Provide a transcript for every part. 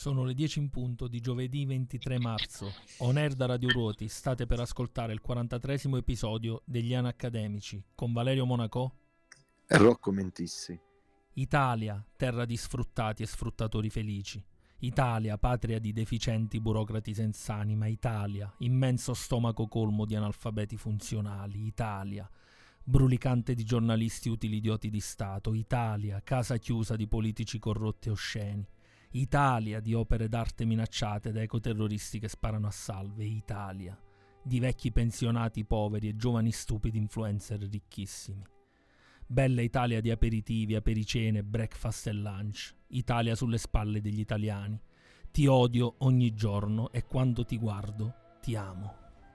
Sono le 10 in punto di giovedì 23 marzo. On air da Radio Ruoti state per ascoltare il 43esimo episodio degli Anaccademici con Valerio Monaco e Rocco Mentissi. Italia, terra di sfruttati e sfruttatori felici. Italia, patria di deficienti burocrati senza anima. Italia, immenso stomaco colmo di analfabeti funzionali. Italia, brulicante di giornalisti utili idioti di Stato. Italia, casa chiusa di politici corrotti e osceni. Italia, di opere d'arte minacciate da ecoterroristi che sparano a salve. Italia, di vecchi pensionati poveri e giovani stupidi influencer ricchissimi. Bella Italia di aperitivi, apericene, breakfast e lunch. Italia sulle spalle degli italiani. Ti odio ogni giorno e quando ti guardo ti amo.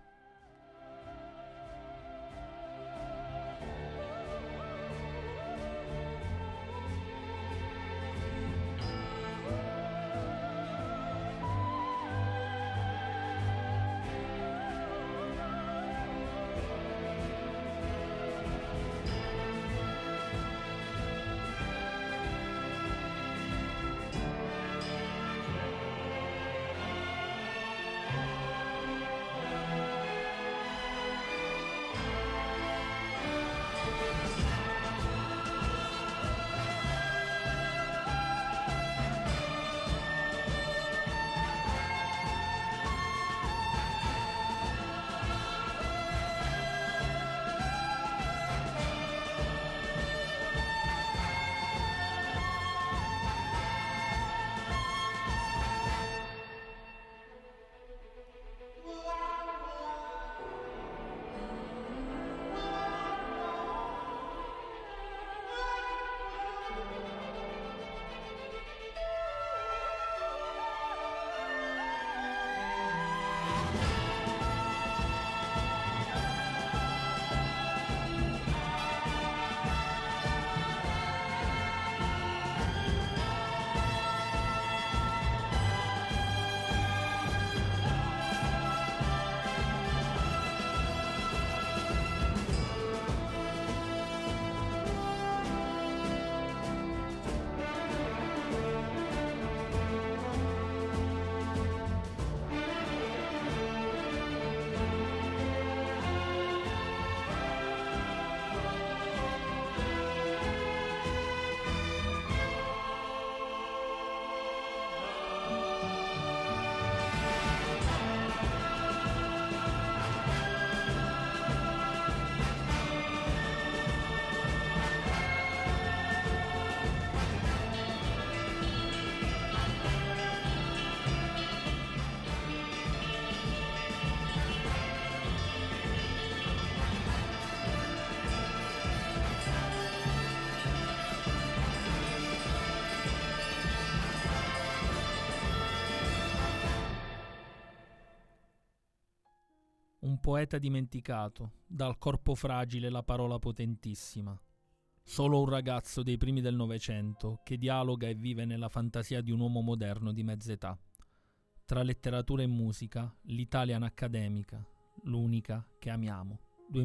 Un poeta dimenticato, dal corpo fragile la parola potentissima. Solo un ragazzo dei primi del Novecento che dialoga e vive nella fantasia di un uomo moderno di mezza età. Tra letteratura e musica, l'Italia Anaccademica, l'unica che amiamo.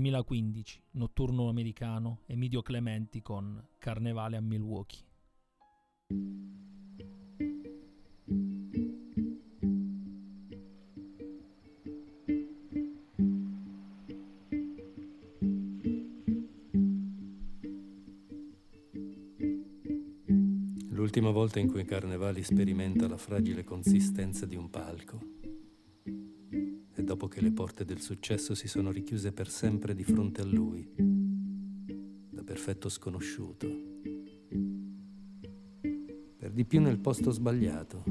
2015, Notturno Americano, Emilio Clementi con Carnevale a Milwaukee. L'ultima volta in cui Carnevali sperimenta la fragile consistenza di un palco e dopo che le porte del successo si sono richiuse per sempre di fronte a lui, da perfetto sconosciuto, per di più nel posto sbagliato.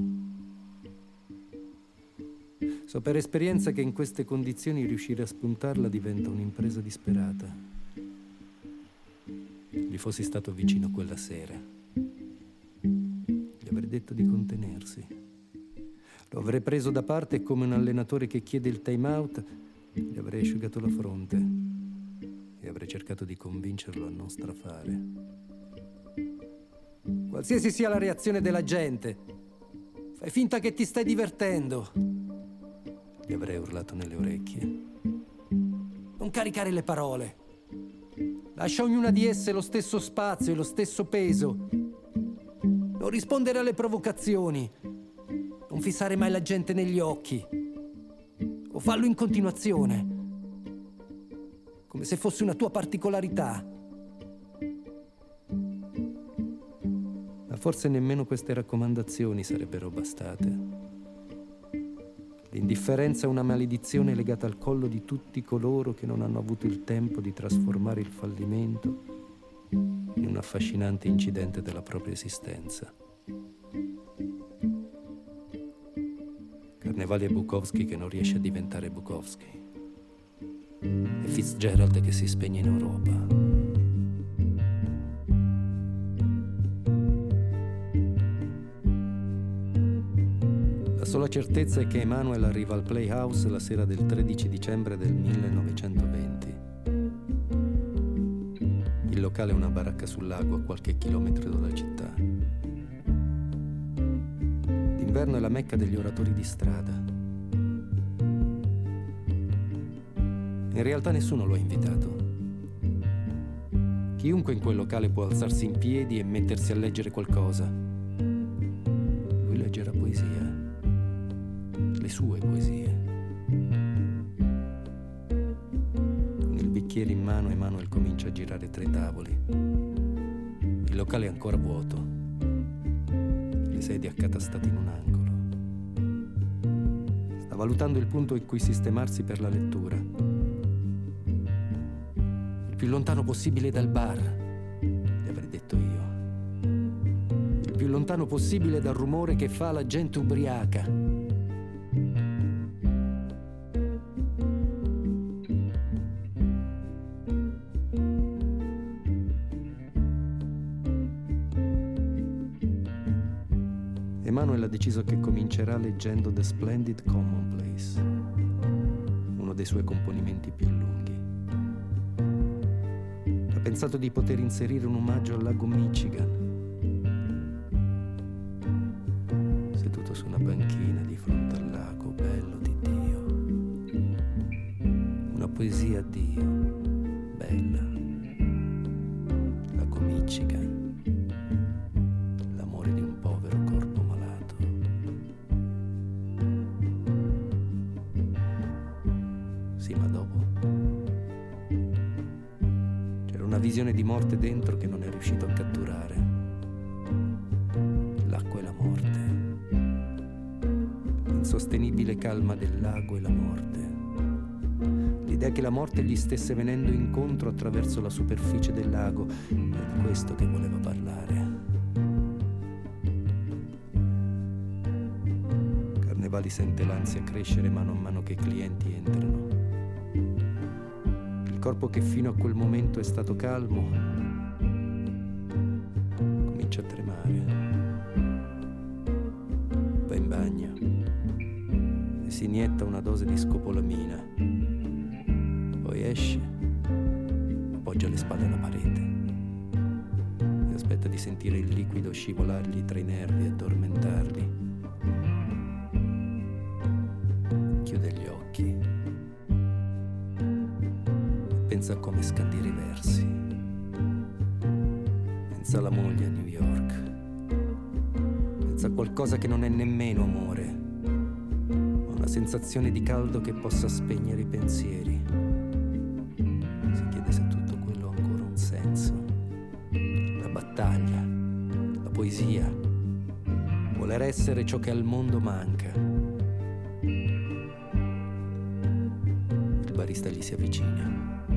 So per esperienza che in queste condizioni riuscire a spuntarla diventa un'impresa disperata. Gli fossi stato vicino quella sera, avrei detto di contenersi. Lo avrei preso da parte e come un allenatore che chiede il time out gli avrei asciugato la fronte e avrei cercato di convincerlo a non strafare. Qualsiasi sia la reazione della gente, fai finta che ti stai divertendo, gli avrei urlato nelle orecchie. Non caricare le parole, lascia ognuna di esse lo stesso spazio e lo stesso peso. Non rispondere alle provocazioni. Non fissare mai la gente negli occhi. O fallo in continuazione, come se fosse una tua particolarità. Ma forse nemmeno queste raccomandazioni sarebbero bastate. L'indifferenza è una maledizione legata al collo di tutti coloro che non hanno avuto il tempo di trasformare il fallimento in un affascinante incidente della propria esistenza. Carnevali è Bukowski che non riesce a diventare Bukowski. È Fitzgerald che si spegne in Europa. La sola certezza è che Emanuel arriva al Playhouse la sera del 13 dicembre del 1920. Il locale è una baracca sul lago a qualche chilometro dalla città. D'inverno è la mecca degli oratori di strada. In realtà nessuno lo ha invitato. Chiunque in quel locale può alzarsi in piedi e mettersi a leggere qualcosa. Lui leggerà poesia. Le sue poesie. Con il bicchiere in mano, Emanuel comincia a girare tra i tavoli. Il locale è ancora vuoto. Le sedie accatastate in un angolo. Sta valutando il punto in cui sistemarsi per la lettura. Il più lontano possibile dal bar, gli avrei detto io. Il più lontano possibile dal rumore che fa la gente ubriaca. Emanuel ha deciso che comincerà leggendo The Splendid Commonplace, uno dei suoi componimenti più lunghi. Ha pensato di poter inserire un omaggio al lago Michigan. Seduto su una banchina di fronte al lago, bello di Dio. Una poesia a Dio, bella. Lago Michigan. Visione di morte dentro che non è riuscito a catturare. L'acqua e la morte. L'insostenibile calma del lago e la morte. L'idea che la morte gli stesse venendo incontro attraverso la superficie del lago. È di questo che voleva parlare. Carnevali sente l'ansia crescere mano a mano che i clienti entrano. Il corpo che fino a quel momento è stato calmo comincia a tremare. Va in bagno e si inietta una dose di scopolamina. Poi esce, appoggia le spalle alla parete e aspetta di sentire il liquido scivolargli tra i nervi e addormentarli. Chiude gli occhi. Pensa a come scandire i versi. Pensa alla moglie a New York. Pensa a qualcosa che non è nemmeno amore, ma una sensazione di caldo che possa spegnere i pensieri. Si chiede se tutto quello ha ancora un senso. La battaglia, la poesia, voler essere ciò che al mondo manca. Il barista gli si avvicina.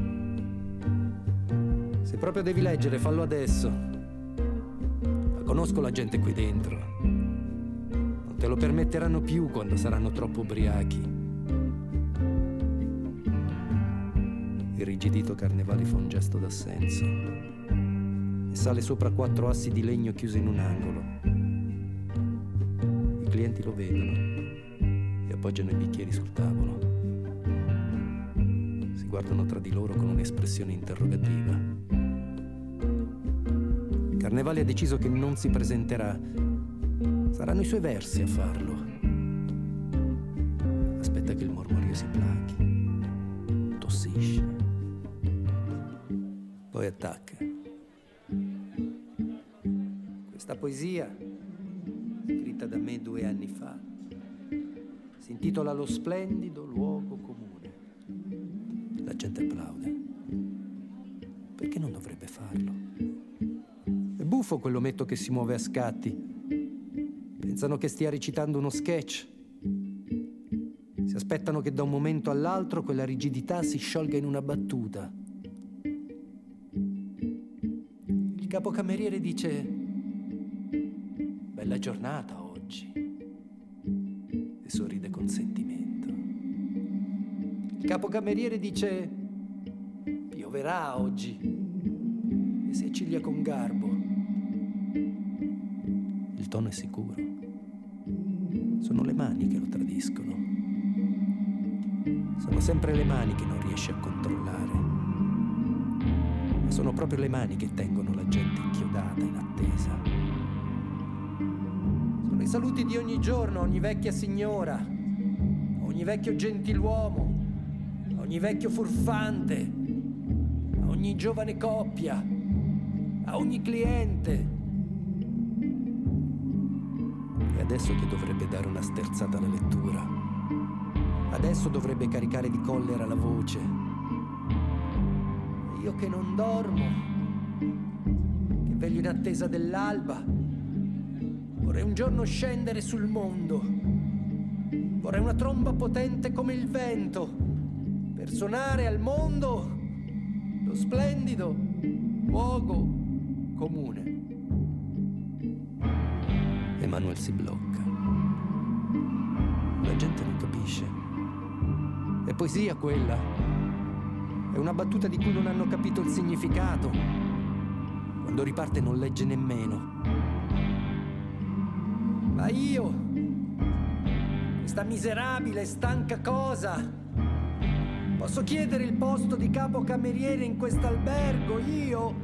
Se proprio devi leggere, fallo adesso. Ma conosco la gente qui dentro. Non te lo permetteranno più quando saranno troppo ubriachi. Irrigidito, Carnevali fa un gesto d'assenso e sale sopra 4 assi di legno chiusi in un angolo. I clienti lo vedono e appoggiano i bicchieri sul tavolo. Si guardano tra di loro con un'espressione interrogativa. Carnevali ha deciso che non si presenterà. Saranno i suoi versi a farlo. Aspetta che il mormorio si plachi. Tossisce. Poi attacca. Questa poesia, scritta da me 2 anni fa, Si intitola Lo splendido luogo comune. La gente applaude. Perché non dovrebbe farlo? È buffo quell'ometto che si muove a scatti. Pensano che stia recitando uno sketch. Si aspettano che da un momento all'altro quella rigidità si sciolga in una battuta. Il capocameriere dice: bella giornata oggi. E sorride con sentimento. Il capocameriere dice: pioverà oggi. E si acciglia con garbo. Il tono è sicuro. Sono le mani che lo tradiscono. Sono sempre le mani che non riesce a controllare. Ma sono proprio le mani che tengono la gente inchiodata in attesa. Sono i saluti di ogni giorno a ogni vecchia signora, a ogni vecchio gentiluomo, a ogni vecchio furfante, a ogni giovane coppia, a ogni cliente. E adesso che dovrebbe dare una sterzata alla lettura. Adesso dovrebbe caricare di collera la voce. E io che non dormo, che veglio in attesa dell'alba, vorrei un giorno scendere sul mondo. Vorrei una tromba potente come il vento per suonare al mondo lo splendido luogo comune. Emanuel si blocca. La gente non capisce. È poesia quella. È una battuta di cui non hanno capito il significato. Quando riparte non legge nemmeno. Ma io, questa miserabile e stanca cosa, posso chiedere il posto di capocameriere in quest'albergo, io?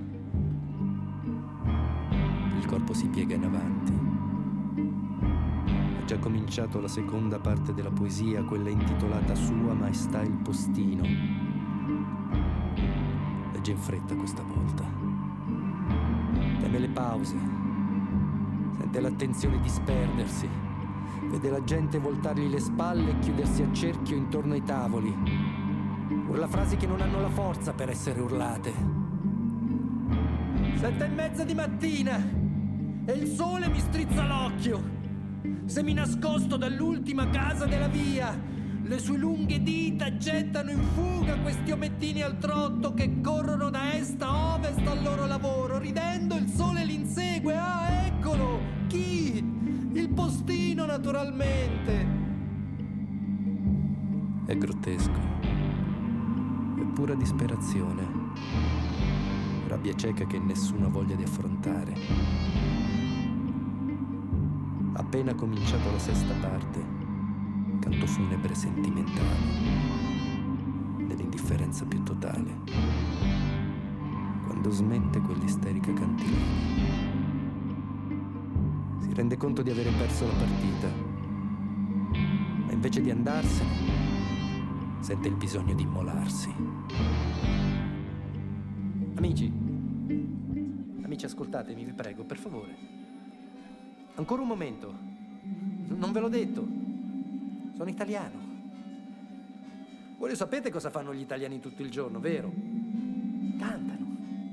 Il corpo si piega in avanti. È già cominciato la seconda parte della poesia, quella intitolata Sua Maestà il Postino. Legge in fretta questa volta. Teme le pause. Sente l'attenzione disperdersi. Vede la gente voltargli le spalle e chiudersi a cerchio intorno ai tavoli. Urla frasi che non hanno la forza per essere urlate. 7:30 di mattina e il sole mi strizza l'occhio. Semi nascosto dall'ultima casa della via, le sue lunghe dita gettano in fuga questi omettini al trotto che corrono da est a ovest al loro lavoro. Ridendo il sole li insegue. Ah, eccolo! Chi? Il postino, naturalmente. È grottesco. È pura disperazione. Rabbia cieca che nessuno ha voglia di affrontare. Appena cominciato la sesta parte, canto funebre sentimentale, nell'indifferenza più totale, quando smette quell'isterica cantilena. Si rende conto di avere perso la partita, ma invece di andarsene, sente il bisogno di immolarsi. Amici, ascoltatemi, vi prego, per favore. Ancora un momento. Non ve l'ho detto. Sono italiano. Voi lo sapete cosa fanno gli italiani tutto il giorno, vero? Cantano.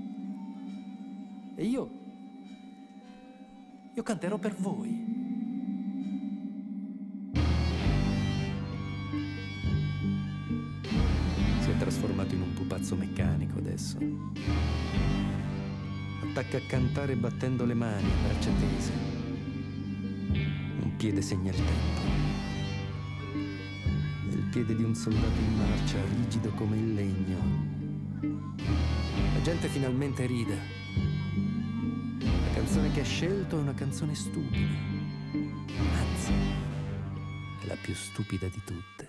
E io canterò per voi. Si è trasformato in un pupazzo meccanico adesso. Attacca a cantare battendo le mani, a braccia tese. Un piede segna il tempo. È il piede di un soldato in marcia, rigido come il legno. La gente finalmente ride. La canzone che ha scelto è una canzone stupida. Anzi, è la più stupida di tutte.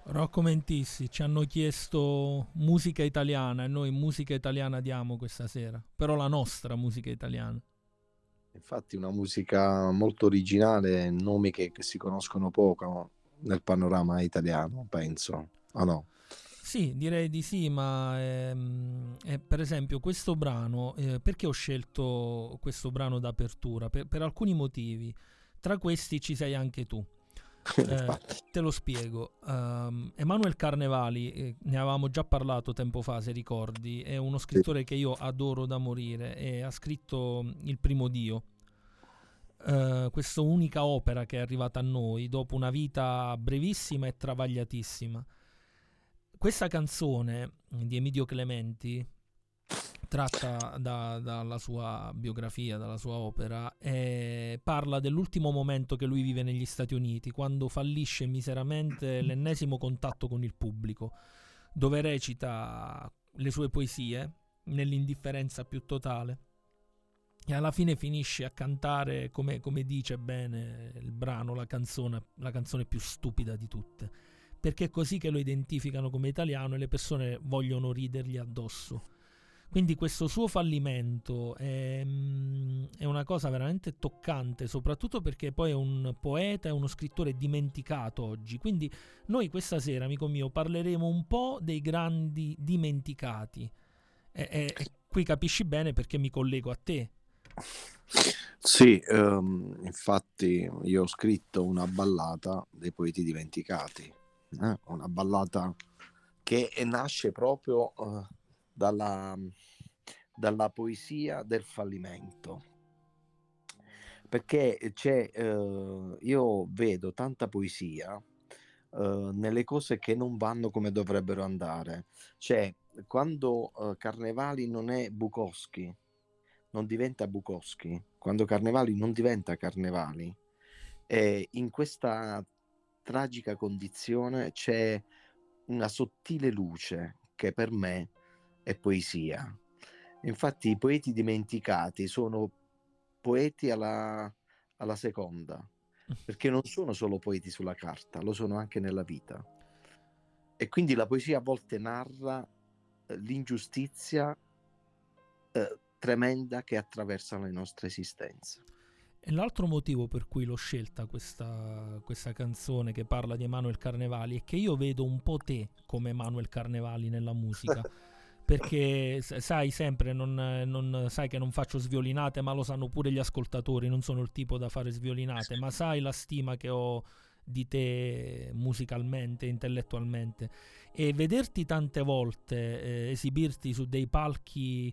Rocco Mentissi, ci hanno chiesto musica italiana e noi musica italiana diamo questa sera, però la nostra musica italiana. Infatti una musica molto originale, nomi che si conoscono poco nel panorama italiano, penso. O no? Sì, direi di sì, ma per esempio questo brano, perché ho scelto questo brano d'apertura? Per alcuni motivi, tra questi ci sei anche tu. Infatti, Te lo spiego. Emanuel Carnevali, ne avevamo già parlato tempo fa, se ricordi, è uno sì. scrittore che io adoro da morire e ha scritto Il primo Dio. Questa unica opera che è arrivata a noi dopo una vita brevissima e travagliatissima. Questa canzone di Emidio Clementi, tratta dalla sua biografia, dalla sua opera, parla dell'ultimo momento che lui vive negli Stati Uniti, quando fallisce miseramente l'ennesimo contatto con il pubblico, dove recita le sue poesie nell'indifferenza più totale. E alla fine finisce a cantare, come dice bene il brano, la canzone più stupida di tutte. Perché è così che lo identificano come italiano e le persone vogliono ridergli addosso. Quindi questo suo fallimento è una cosa veramente toccante, soprattutto perché poi è un poeta e uno scrittore dimenticato oggi. Quindi noi questa sera, amico mio, parleremo un po' dei grandi dimenticati. E qui capisci bene perché mi collego a te. Sì, infatti io ho scritto una ballata dei poeti dimenticati, una ballata che nasce proprio dalla poesia del fallimento, perché io vedo tanta poesia nelle cose che non vanno come dovrebbero andare. Cioè, quando Carnevali non è Bukowski, non diventa Bukowski, quando Carnevali non diventa Carnevali, in questa tragica condizione c'è una sottile luce che per me è poesia. Infatti i poeti dimenticati sono poeti alla seconda, perché non sono solo poeti sulla carta, lo sono anche nella vita. E quindi la poesia a volte narra l'ingiustizia tremenda che attraversa le nostre esistenze. E l'altro motivo per cui l'ho scelta questa canzone che parla di Emanuel Carnevali è che io vedo un po' te come Emanuel Carnevali nella musica. Perché sai sempre, non sai che non faccio sviolinate, ma lo sanno pure gli ascoltatori, non sono il tipo da fare sviolinate, ma sai la stima che ho di te musicalmente, intellettualmente. E vederti tante volte esibirti su dei palchi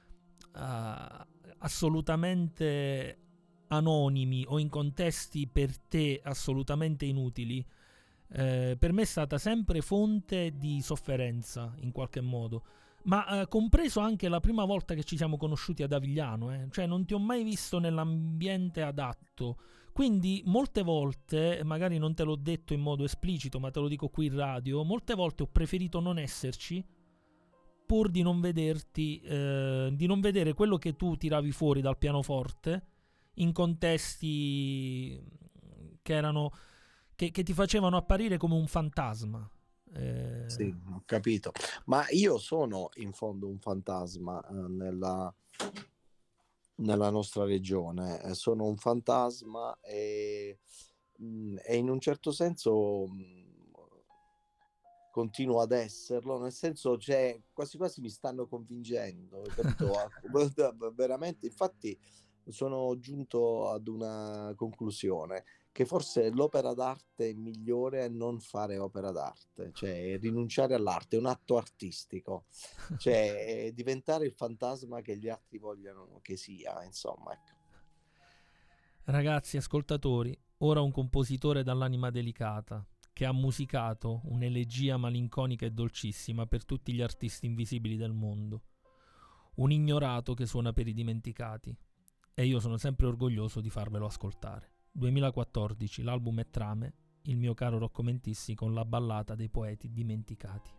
assolutamente anonimi o in contesti per te assolutamente inutili, per me è stata sempre fonte di sofferenza in qualche modo. Ma compreso anche la prima volta che ci siamo conosciuti ad Avigliano, cioè non ti ho mai visto nell'ambiente adatto. Quindi molte volte, magari non te l'ho detto in modo esplicito, ma te lo dico qui in radio, molte volte ho preferito non esserci pur di non vederti, di non vedere quello che tu tiravi fuori dal pianoforte in contesti che erano che ti facevano apparire come un fantasma. Sì, ho capito. Ma io sono in fondo un fantasma nella nostra regione. Sono un fantasma e in un certo senso continuo ad esserlo, nel senso, cioè, quasi quasi mi stanno convincendo, capito? Veramente, infatti sono giunto ad una conclusione, che forse l'opera d'arte migliore è non fare opera d'arte, cioè rinunciare all'arte, è un atto artistico, cioè diventare il fantasma che gli altri vogliono che sia, insomma, ecco. Ragazzi ascoltatori, ora un compositore dall'anima delicata che ha musicato un'elegia malinconica e dolcissima per tutti gli artisti invisibili del mondo. Un ignorato che suona per i dimenticati. E io sono sempre orgoglioso di farvelo ascoltare. 2014, l'album è Trame, il mio caro Rocco Mentissi con la ballata dei poeti dimenticati.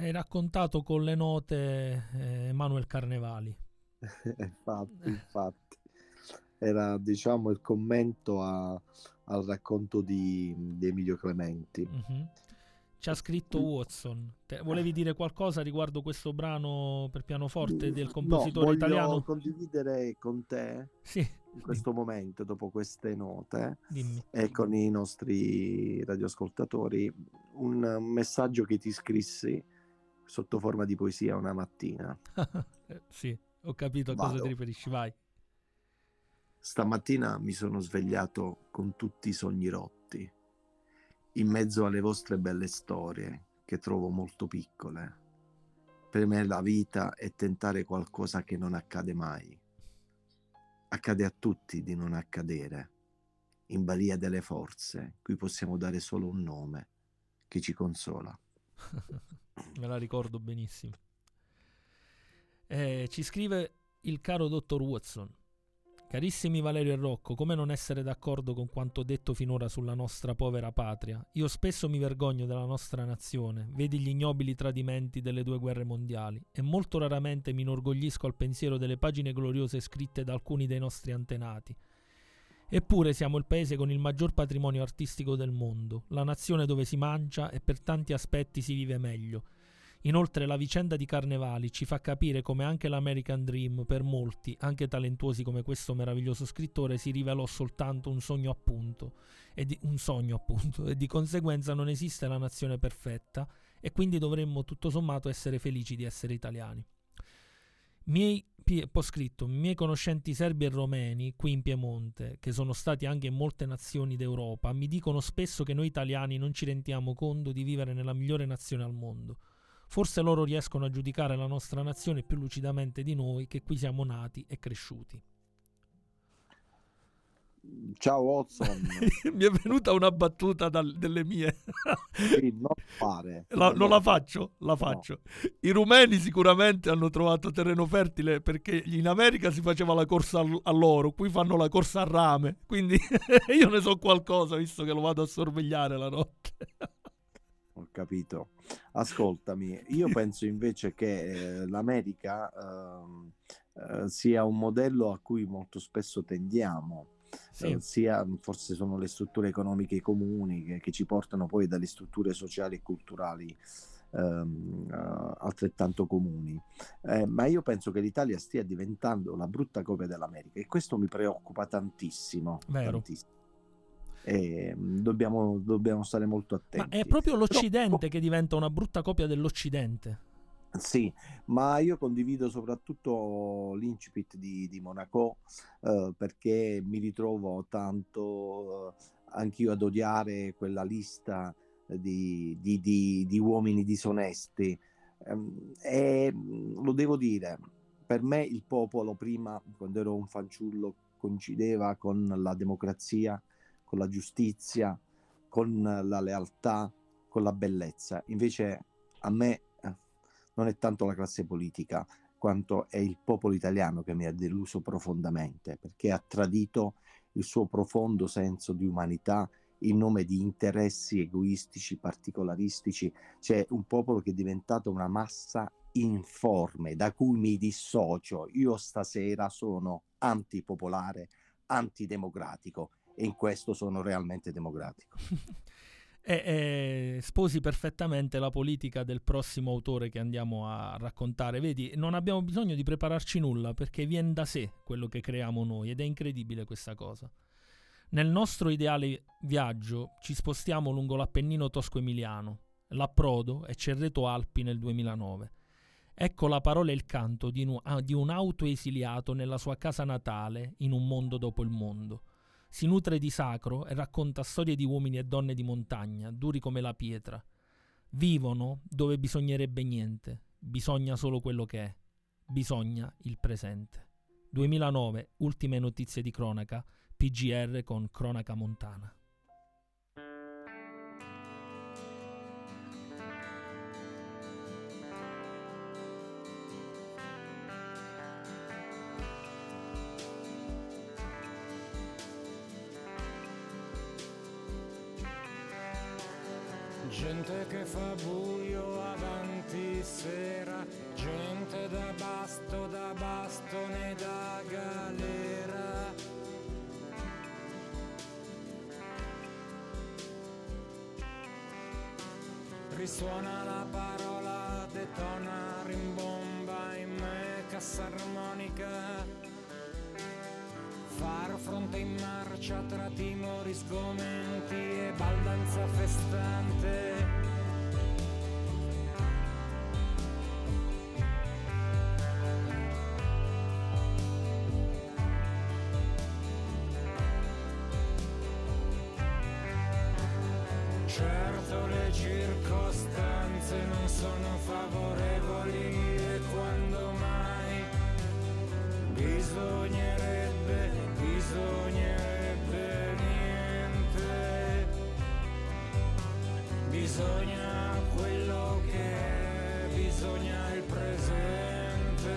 Hai raccontato con le note Emanuel Carnevali. Infatti, era diciamo il commento al racconto di Emilio Clementi. Ci ha scritto Watson. Volevi dire qualcosa riguardo questo brano per pianoforte del compositore italiano? Voglio condividere con te in questo momento, dopo queste note, e con i nostri radioascoltatori, un messaggio che ti scrissi sotto forma di poesia una mattina. Sì, ho capito a cosa ti riferisci, vai. Stamattina mi sono svegliato con tutti i sogni rotti, in mezzo alle vostre belle storie, che trovo molto piccole. Per me la vita è tentare qualcosa che non accade mai. Accade a tutti di non accadere, in balia delle forze, cui possiamo dare solo un nome, che ci consola. Me la ricordo benissimo. Ci scrive il caro dottor Watson. Carissimi Valerio e Rocco, come non essere d'accordo con quanto detto finora sulla nostra povera patria? Io spesso mi vergogno della nostra nazione, vedi gli ignobili tradimenti delle 2 guerre mondiali, e molto raramente mi inorgoglisco al pensiero delle pagine gloriose scritte da alcuni dei nostri antenati. Eppure siamo il paese con il maggior patrimonio artistico del mondo, la nazione dove si mangia e per tanti aspetti si vive meglio. Inoltre la vicenda di Carnevali ci fa capire come anche l'American Dream per molti, anche talentuosi come questo meraviglioso scrittore, si rivelò soltanto un sogno appunto, e di conseguenza non esiste la nazione perfetta e quindi dovremmo tutto sommato essere felici di essere italiani. Miei conoscenti serbi e romeni qui in Piemonte, che sono stati anche in molte nazioni d'Europa, mi dicono spesso che noi italiani non ci rendiamo conto di vivere nella migliore nazione al mondo. Forse loro riescono a giudicare la nostra nazione più lucidamente di noi, che qui siamo nati e cresciuti. Ciao Watson. Mi è venuta una battuta delle mie. Sì, non fare. Non la faccio? La faccio. No. I rumeni sicuramente hanno trovato terreno fertile, perché in America si faceva la corsa all'oro, qui fanno la corsa a rame, quindi io ne so qualcosa, visto che lo vado a sorvegliare la notte. Ho capito. Ascoltami, io penso invece che l'America sia un modello a cui molto spesso tendiamo. Sì. Sia forse sono le strutture economiche comuni che ci portano poi dalle strutture sociali e culturali altrettanto comuni, ma io penso che l'Italia stia diventando la brutta copia dell'America, e questo mi preoccupa tantissimo. Vero. Tantissimo. E dobbiamo stare molto attenti. Ma è proprio l'Occidente che diventa una brutta copia dell'Occidente. Sì, ma io condivido soprattutto l'incipit di Monaco, perché mi ritrovo tanto anch'io ad odiare quella lista di uomini disonesti, e lo devo dire, per me il popolo prima, quando ero un fanciullo, coincideva con la democrazia, con la giustizia, con la lealtà, con la bellezza. Invece a me non è tanto la classe politica quanto è il popolo italiano che mi ha deluso profondamente, perché ha tradito il suo profondo senso di umanità in nome di interessi egoistici, particolaristici. C'è un popolo che è diventato una massa informe, da cui mi dissocio. Io stasera sono antipopolare, antidemocratico, e in questo sono realmente democratico. Sposi perfettamente la politica del prossimo autore che andiamo a raccontare. Vedi, non abbiamo bisogno di prepararci nulla, perché viene da sé quello che creiamo noi, ed è incredibile questa cosa. Nel nostro ideale viaggio ci spostiamo lungo l'Appennino tosco-emiliano, l'approdo è Cerreto Alpi nel 2009. Ecco la parola e il canto di un autoesiliato nella sua casa natale in un mondo dopo il mondo. Si nutre di sacro e racconta storie di uomini e donne di montagna, duri come la pietra. Vivono dove bisognerebbe niente, bisogna solo quello che è, bisogna il presente. 2009, ultime notizie di cronaca, PGR con Cronaca Montana. Gente che fa buio avanti morti sera, gente da bastone da galera. Risuona la parola, detona, rimbomba in me, cassa armonica. Far fronte in marcia tra timori, sgomenti e baldanza festante. Certo le circostanze non sono favorevoli e quando mai bisognerebbe niente, bisogna quello che è, bisogna il presente,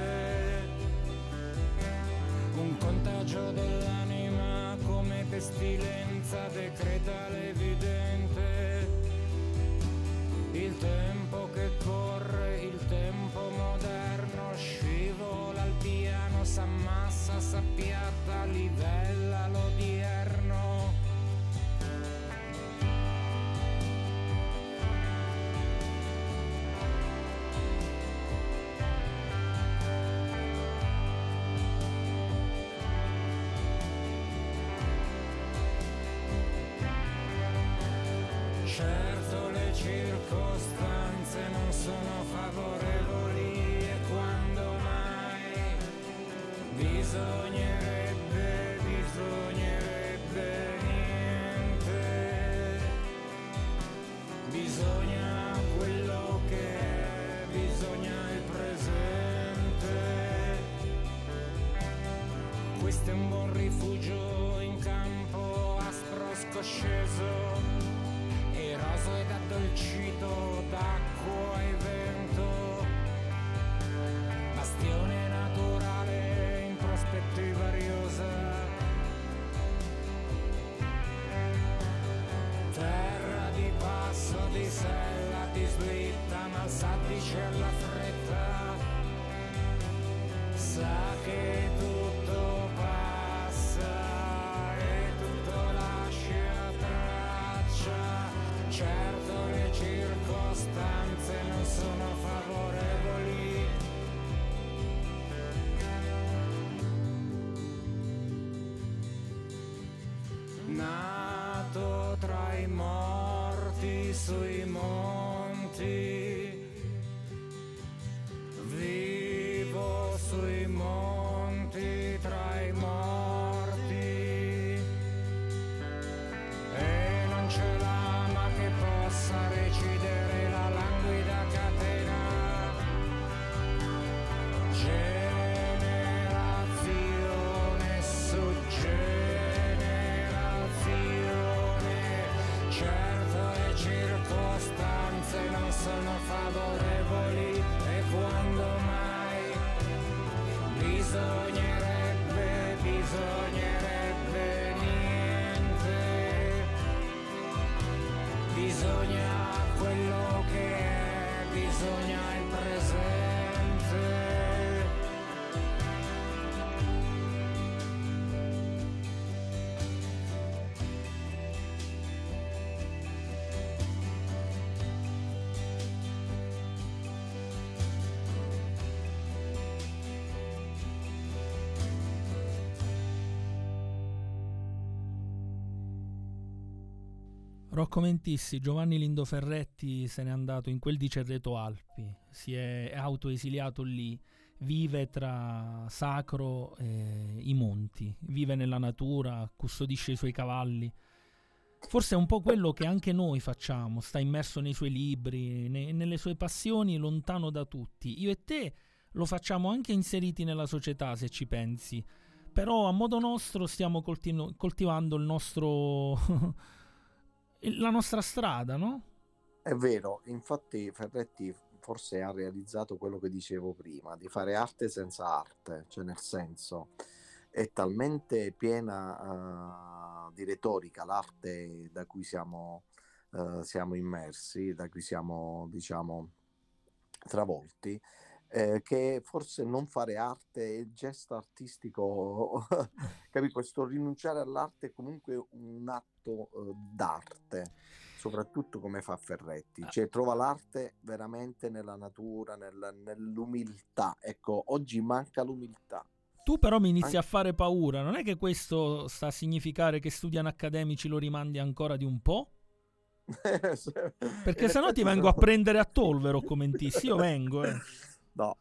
un contagio dell'anima come pestilenza decreta l'evidente. Il tempo che corre, il tempo moderno, scivola al piano, s'ammassa, s'appiatta, livella l'odierno. Certo le circostanze non sono favorevoli e quando mai bisognerebbe niente, bisogna quello che è, bisogna il presente. Questo è un buon rifugio in campo aspro scosceso, eroso ed addolcito d'acqua e vento, bastione naturale in prospettiva riosa, terra di passo, di sella, di slitta, ma sa dice alla fretta, sa che tutto passa e tutto lascia traccia. Certo le circostanze non sono favorevoli. Nato tra i morti sui monti, vivo sui monti tra i morti, e non c'è l'ama che possa recidere la languida catena. Generazione su generazione, certo le circostanze non sono favorevoli e quando mai bisognerebbe niente, bisogna quello che è, bisogna il presente. Rocco Mentissi, Giovanni Lindo Ferretti se n'è andato in quel di Cerreto Alpi, si è autoesiliato lì, vive tra Sacro e i monti, vive nella natura, custodisce i suoi cavalli. Forse è un po' quello che anche noi facciamo, sta immerso nei suoi libri, nelle sue passioni, lontano da tutti. Io e te lo facciamo anche inseriti nella società, se ci pensi, però a modo nostro stiamo coltivando il nostro... la nostra strada, no? È vero, infatti Ferretti forse ha realizzato quello che dicevo prima, di fare arte senza arte, cioè nel senso è talmente piena di retorica l'arte da cui siamo immersi, da cui siamo, diciamo, travolti, che forse non fare arte è il gesto artistico, capi? Questo rinunciare all'arte è comunque un atto d'arte, soprattutto come fa Ferretti, cioè trova l'arte veramente nella natura, nell'umiltà. Ecco, oggi manca l'umiltà. Tu però mi inizi a fare paura, non è che questo sta a significare che studiano accademici lo rimandi ancora di un po'? Perché sennò ti vengo a prendere a Tolvero, commentisti, io vengo. No,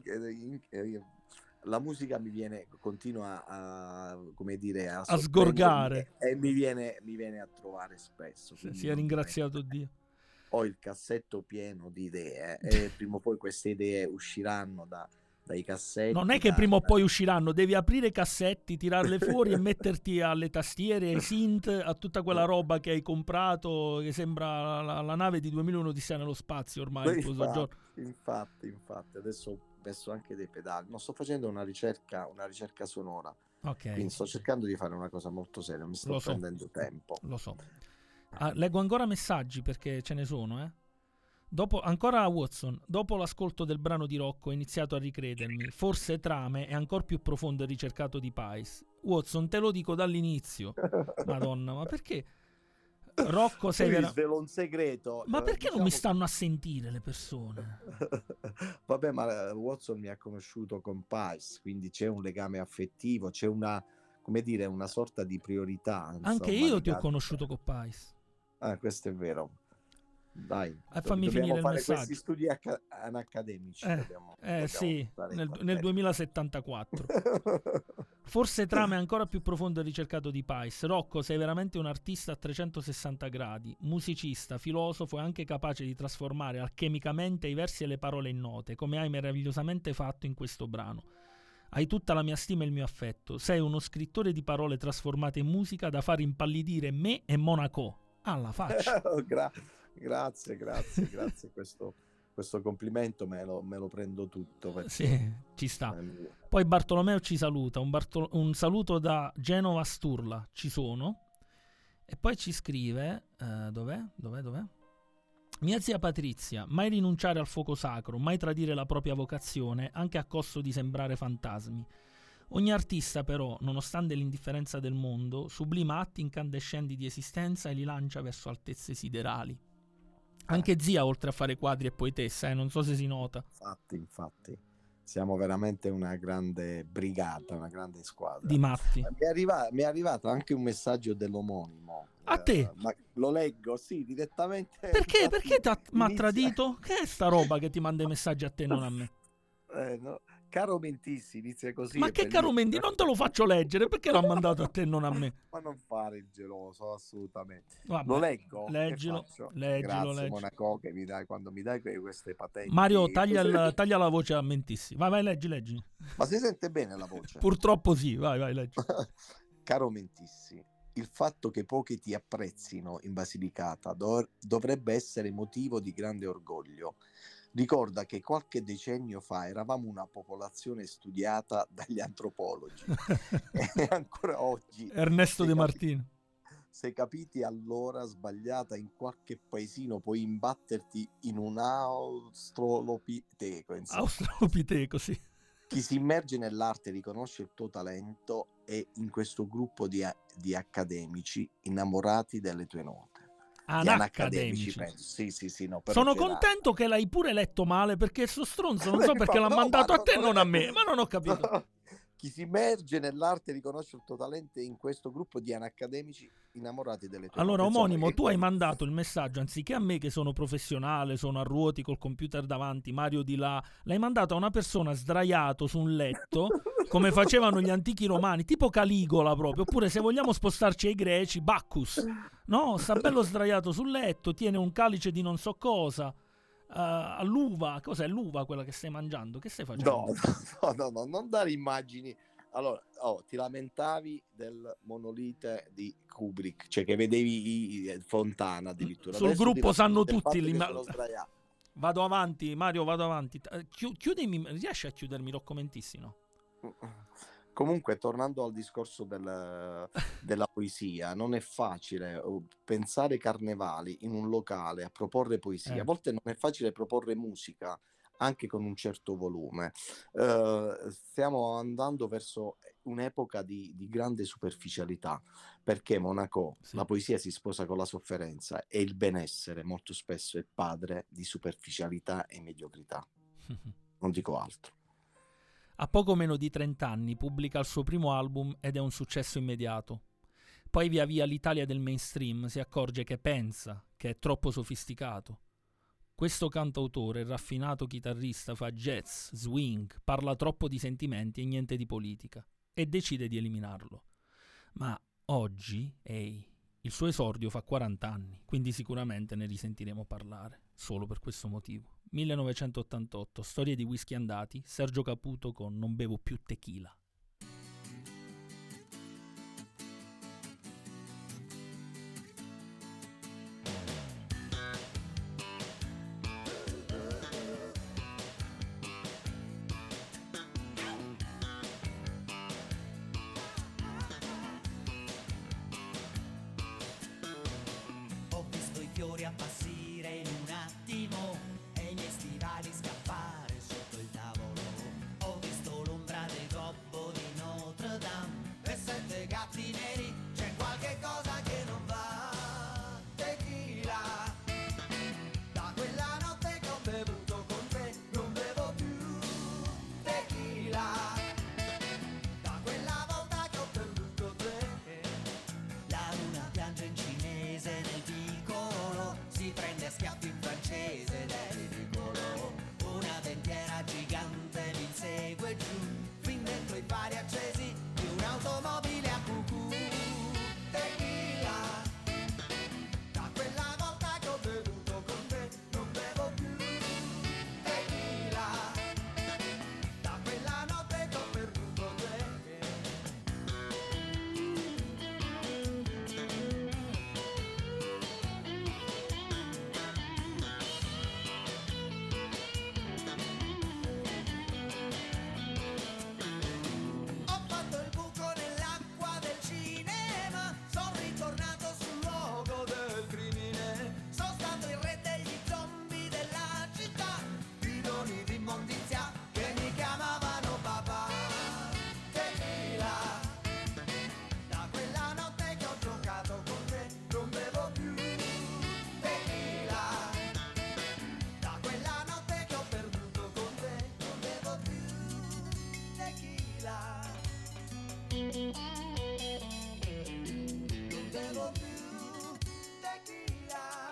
la musica mi viene, continua come dire, a sgorgare e mi viene a trovare spesso. Si è ringraziato Dio. Ho il cassetto pieno di idee e prima o poi queste idee usciranno dai cassetti. Non è che prima o poi usciranno, devi aprire i cassetti, tirarle fuori e metterti alle tastiere, ai synth, a tutta quella roba che hai comprato, che sembra la nave di 2001 Odissea nello spazio ormai. Infatti, adesso ho messo anche dei pedali. Non sto facendo una ricerca sonora. Okay. Quindi sto cercando di fare una cosa molto seria, mi sto prendendo tempo. Lo so. Leggo ancora messaggi perché ce ne sono, ancora Watson, dopo l'ascolto del brano di Rocco ho iniziato a ricredermi, forse Trame è ancora più profondo e ricercato di Pais. Watson, te lo dico dall'inizio. Madonna, ma perché Rocco sei svelo un segreto. Ma perché non mi stanno a sentire le persone? Vabbè, ma Watson mi ha conosciuto con Pais, quindi c'è un legame affettivo, c'è una sorta di priorità. Insomma, anche io ti ho conosciuto con Pais. Questo è vero. Dai, fammi finire il messaggio. Questi studi accademici. Sì, nel 2074. Forse Trame è ancora più profondo e ricercato di Pais. Rocco, sei veramente un artista a 360 gradi, musicista, filosofo e anche capace di trasformare alchemicamente i versi e le parole in note, come hai meravigliosamente fatto in questo brano. Hai tutta la mia stima e il mio affetto. Sei uno scrittore di parole trasformate in musica da far impallidire me e Monaco. Alla faccia. Grazie. Questo complimento me lo prendo tutto. Sì, ci sta. Poi Bartolomeo ci saluta. Un saluto da Genova Sturla. Ci sono. E poi ci scrive. Dov'è? Mia zia Patrizia, mai rinunciare al fuoco sacro, mai tradire la propria vocazione, anche a costo di sembrare fantasmi. Ogni artista però, nonostante l'indifferenza del mondo, sublima atti incandescenti di esistenza e li lancia verso altezze siderali. Anche zia, oltre a fare quadri, è poetessa, non so se si nota. Infatti. Siamo veramente una grande brigata, una grande squadra. Di matti. Mi è arrivato anche un messaggio dell'omonimo. A te? Ma lo leggo, sì, direttamente. Perché? Infatti, Perché mi ha tradito? Che è sta roba che ti manda i messaggi a te e non a me? No. Caro Mentissi, inizia così. Ma che caro Mentissi? Non te lo faccio leggere, perché l'ha mandato a te e non a me? Ma non fare il geloso, assolutamente. Vabbè, lo leggo. Leggilo. Grazie Monaco che quando mi dai queste patenti. Mario, taglia la voce a Mentissi. Vai, leggi. Ma si sente bene la voce? Purtroppo sì, vai, leggi. Caro Mentissi, il fatto che pochi ti apprezzino in Basilicata dovrebbe essere motivo di grande orgoglio. Ricorda che qualche decennio fa eravamo una popolazione studiata dagli antropologi e ancora oggi Ernesto De Martino. Se capiti all'ora sbagliata in qualche paesino puoi imbatterti in un australopiteco. Australopiteco, sì. Chi si immerge nell'arte riconosce il tuo talento e in questo gruppo di accademici innamorati delle tue note. Anacademici. Sì, no, sono contento che l'hai pure letto male, perché sto stronzo non so perché l'ha mandato a te e non a me, ma non ho capito. Chi si immerge nell'arte riconosce il tuo talento in questo gruppo di anacademici innamorati delle tue allora note. omonimo, tu hai mandato il messaggio anziché a me che sono professionale, sono a ruoti col computer davanti, Mario di là, l'hai mandato a una persona sdraiato su un letto come facevano gli antichi romani, tipo Caligola proprio, oppure se vogliamo spostarci ai greci, Bacchus, no? Sta bello sdraiato sul letto, tiene un calice di non so cosa, all'uva. Cos'è l'uva quella che stai mangiando? Che stai facendo? No, non dare immagini. Allora, ti lamentavi del monolite di Kubrick, cioè che vedevi Fontana addirittura. Sul gruppo sanno tutti. Vado avanti, Mario, vado avanti. Chiudimi, riesci a chiudermi Roccomentissimo? Comunque, tornando al discorso della poesia, non è facile pensare carnevali in un locale a proporre poesia. A volte non è facile proporre musica anche con un certo volume. Stiamo andando verso un'epoca di grande superficialità, perché Monaco, Sì. la poesia si sposa con la sofferenza e il benessere molto spesso è padre di superficialità e mediocrità. Non dico altro. A poco meno di 30 anni pubblica il suo primo album ed è un successo immediato. Poi via via l'Italia del mainstream si accorge che pensa, che è troppo sofisticato. Questo cantautore, raffinato chitarrista, fa jazz, swing, parla troppo di sentimenti e niente di politica, e decide di eliminarlo. Ma oggi, il suo esordio fa 40 anni, quindi sicuramente ne risentiremo parlare, solo per questo motivo. 1988, storie di whisky andati, Sergio Caputo con Non bevo più tequila. Ho visto i fiori appassire in un attimo e i miei stivali scappare sotto il tavolo. Ho visto l'ombra del gobbo di Notre Dame e 7 gatti neri. C'è qualche cosa che non va. Tequila, da quella notte che ho bevuto con te non bevo più. Tequila, da quella volta che ho perduto te. La luna piange in cinese nel piccolo, si prende a schiaffi in francese ed è ridicolo. Una dentiera gigante mi insegue giù, fin dentro i fari accesi di un'automobile a cucù. Tequila, da quella volta che ho bevuto con te non bevo più. Tequila, da quella notte che ho perduto te. Ho fatto il buco nell'acqua del cinema, sono ritornato sul luogo del crimine. Sono stato il re degli zombie della città, bidoni di immondizia che mi chiamavano papà. Tequila, da quella notte che ho giocato con te non bevo più. Tequila, da quella notte che ho perduto con te non bevo più. Tequila, non bevo più. Tequila.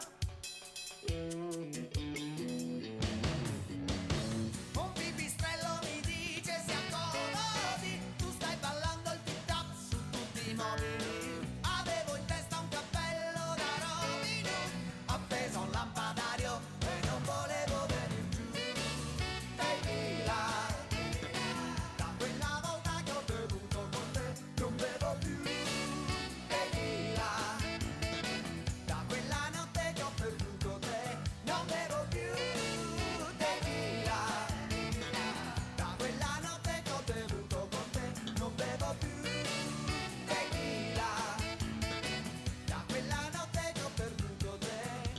Un pipistrello mi dice si accomodi, tu stai ballando il tip-tap su tutti i mobili. Avevo in testa un cappello da Robin Hood, appeso a un lampadario e non volevo venir giù. Tequila, da quella volta che ho bevuto con te non bevo più. Tequila, da quella notte che ho perduto te non bevo più. Tequila, da quella notte che ho bevuto con te non bevo più. Tequila, da quella notte che ho perduto te.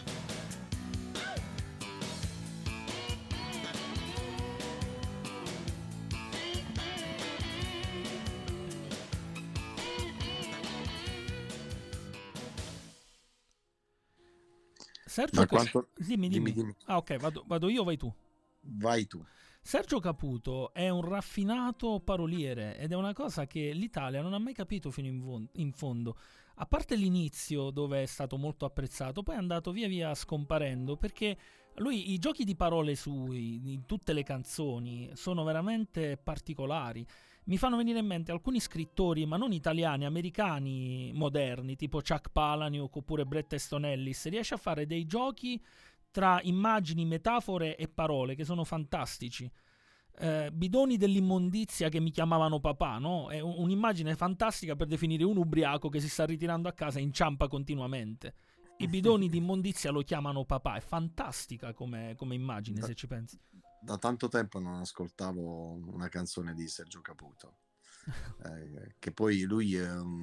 Sergio Da Caputo. quanto... Dimmi. Dimmi. Ah, ok, vado io o vai tu? Vai tu. Sergio Caputo è un raffinato paroliere ed è una cosa che l'Italia non ha mai capito fino in fondo. A parte l'inizio, dove è stato molto apprezzato, poi è andato via via scomparendo, perché lui i giochi di parole in tutte le canzoni sono veramente particolari. Mi fanno venire in mente alcuni scrittori, ma non italiani, americani moderni, tipo Chuck Palahniuk oppure Bret Easton Ellis. Riesce a fare dei giochi tra immagini, metafore e parole che sono fantastici. Bidoni dell'immondizia che mi chiamavano papà, no? È un'immagine fantastica per definire un ubriaco che si sta ritirando a casa e inciampa continuamente. I bidoni di immondizia lo chiamano papà, è fantastica come immagine, se ci pensi. Da tanto tempo non ascoltavo una canzone di Sergio Caputo, che poi lui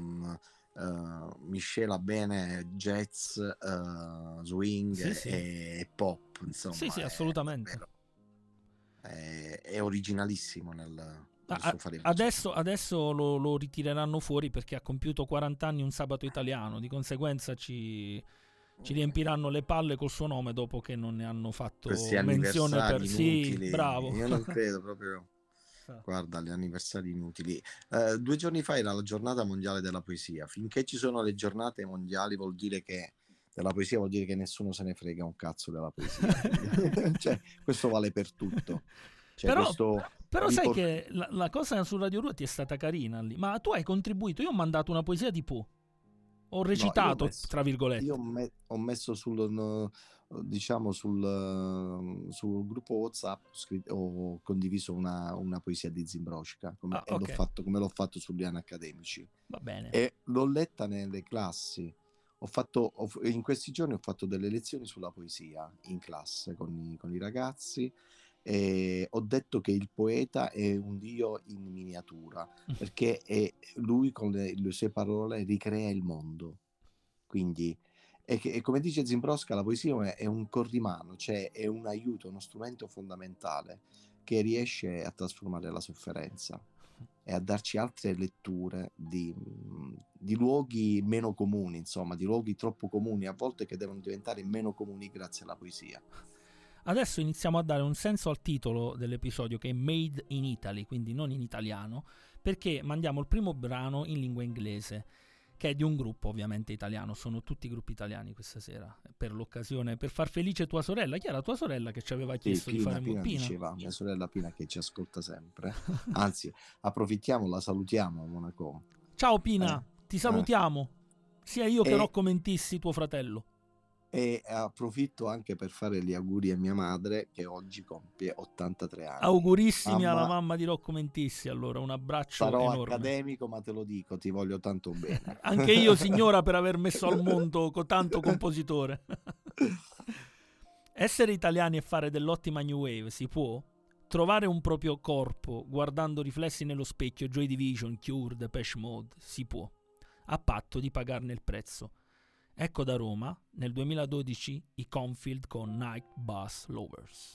miscela bene jazz, swing Sì, sì. e pop, insomma. Sì, assolutamente. è originalissimo nel suo fare adesso lo ritireranno fuori perché ha compiuto 40 anni un sabato italiano, di conseguenza ci riempiranno le palle col suo nome dopo che non ne hanno fatto questi menzione per inutili. Sì, bravo. Io non credo proprio. Guarda, gli anniversari inutili. 2 giorni fa era la giornata mondiale della poesia. Finché ci sono le giornate mondiali vuol dire che della poesia vuol dire che nessuno se ne frega un cazzo della poesia. Cioè, questo vale per tutto. Cioè, però sai che la cosa su Radio Ruoti è stata carina lì. Ma tu hai contribuito, io ho mandato una poesia di Po. Ho recitato, tra virgolette. Io ho messo sul gruppo WhatsApp, ho condiviso una poesia di Zimbroška, come l'ho fatto sugli anni accademici. Va bene. E l'ho letta nelle classi. In questi giorni ho fatto delle lezioni sulla poesia in classe con i ragazzi. E ho detto che il poeta è un dio in miniatura, perché lui con le sue parole ricrea il mondo. Quindi e come dice Zimbroška, la poesia è un corrimano, cioè è un aiuto, uno strumento fondamentale che riesce a trasformare la sofferenza e a darci altre letture di luoghi meno comuni, insomma, di luoghi troppo comuni a volte che devono diventare meno comuni grazie alla poesia. Adesso iniziamo a dare un senso al titolo dell'episodio, che è Made in Italy, quindi non in italiano, perché mandiamo il primo brano in lingua inglese, che è di un gruppo ovviamente italiano. Sono tutti gruppi italiani questa sera, per l'occasione, per far felice tua sorella. Chi era tua sorella che ci aveva chiesto di fare Pina diceva, mia sorella Pina, che ci ascolta sempre. Anzi, approfittiamo, la salutiamo a Monaco. Ciao Pina, ti salutiamo, sia io che Rocco Mentissi, tuo fratello. E approfitto anche per fare gli auguri a mia madre, che oggi compie 83 anni. Augurissimi alla mamma di Rocco Mentissi. Allora, un abbraccio enorme. Sarò enorme. Accademico, ma te lo dico, ti voglio tanto bene. Anche io, signora, per aver messo al mondo tanto compositore. Essere italiani e fare dell'ottima new wave si può? Trovare un proprio corpo guardando riflessi nello specchio Joy Division, Cure, Depeche Mode si può, a patto di pagarne il prezzo. Ecco da Roma, nel 2012, i Confield con Night Bus Lovers.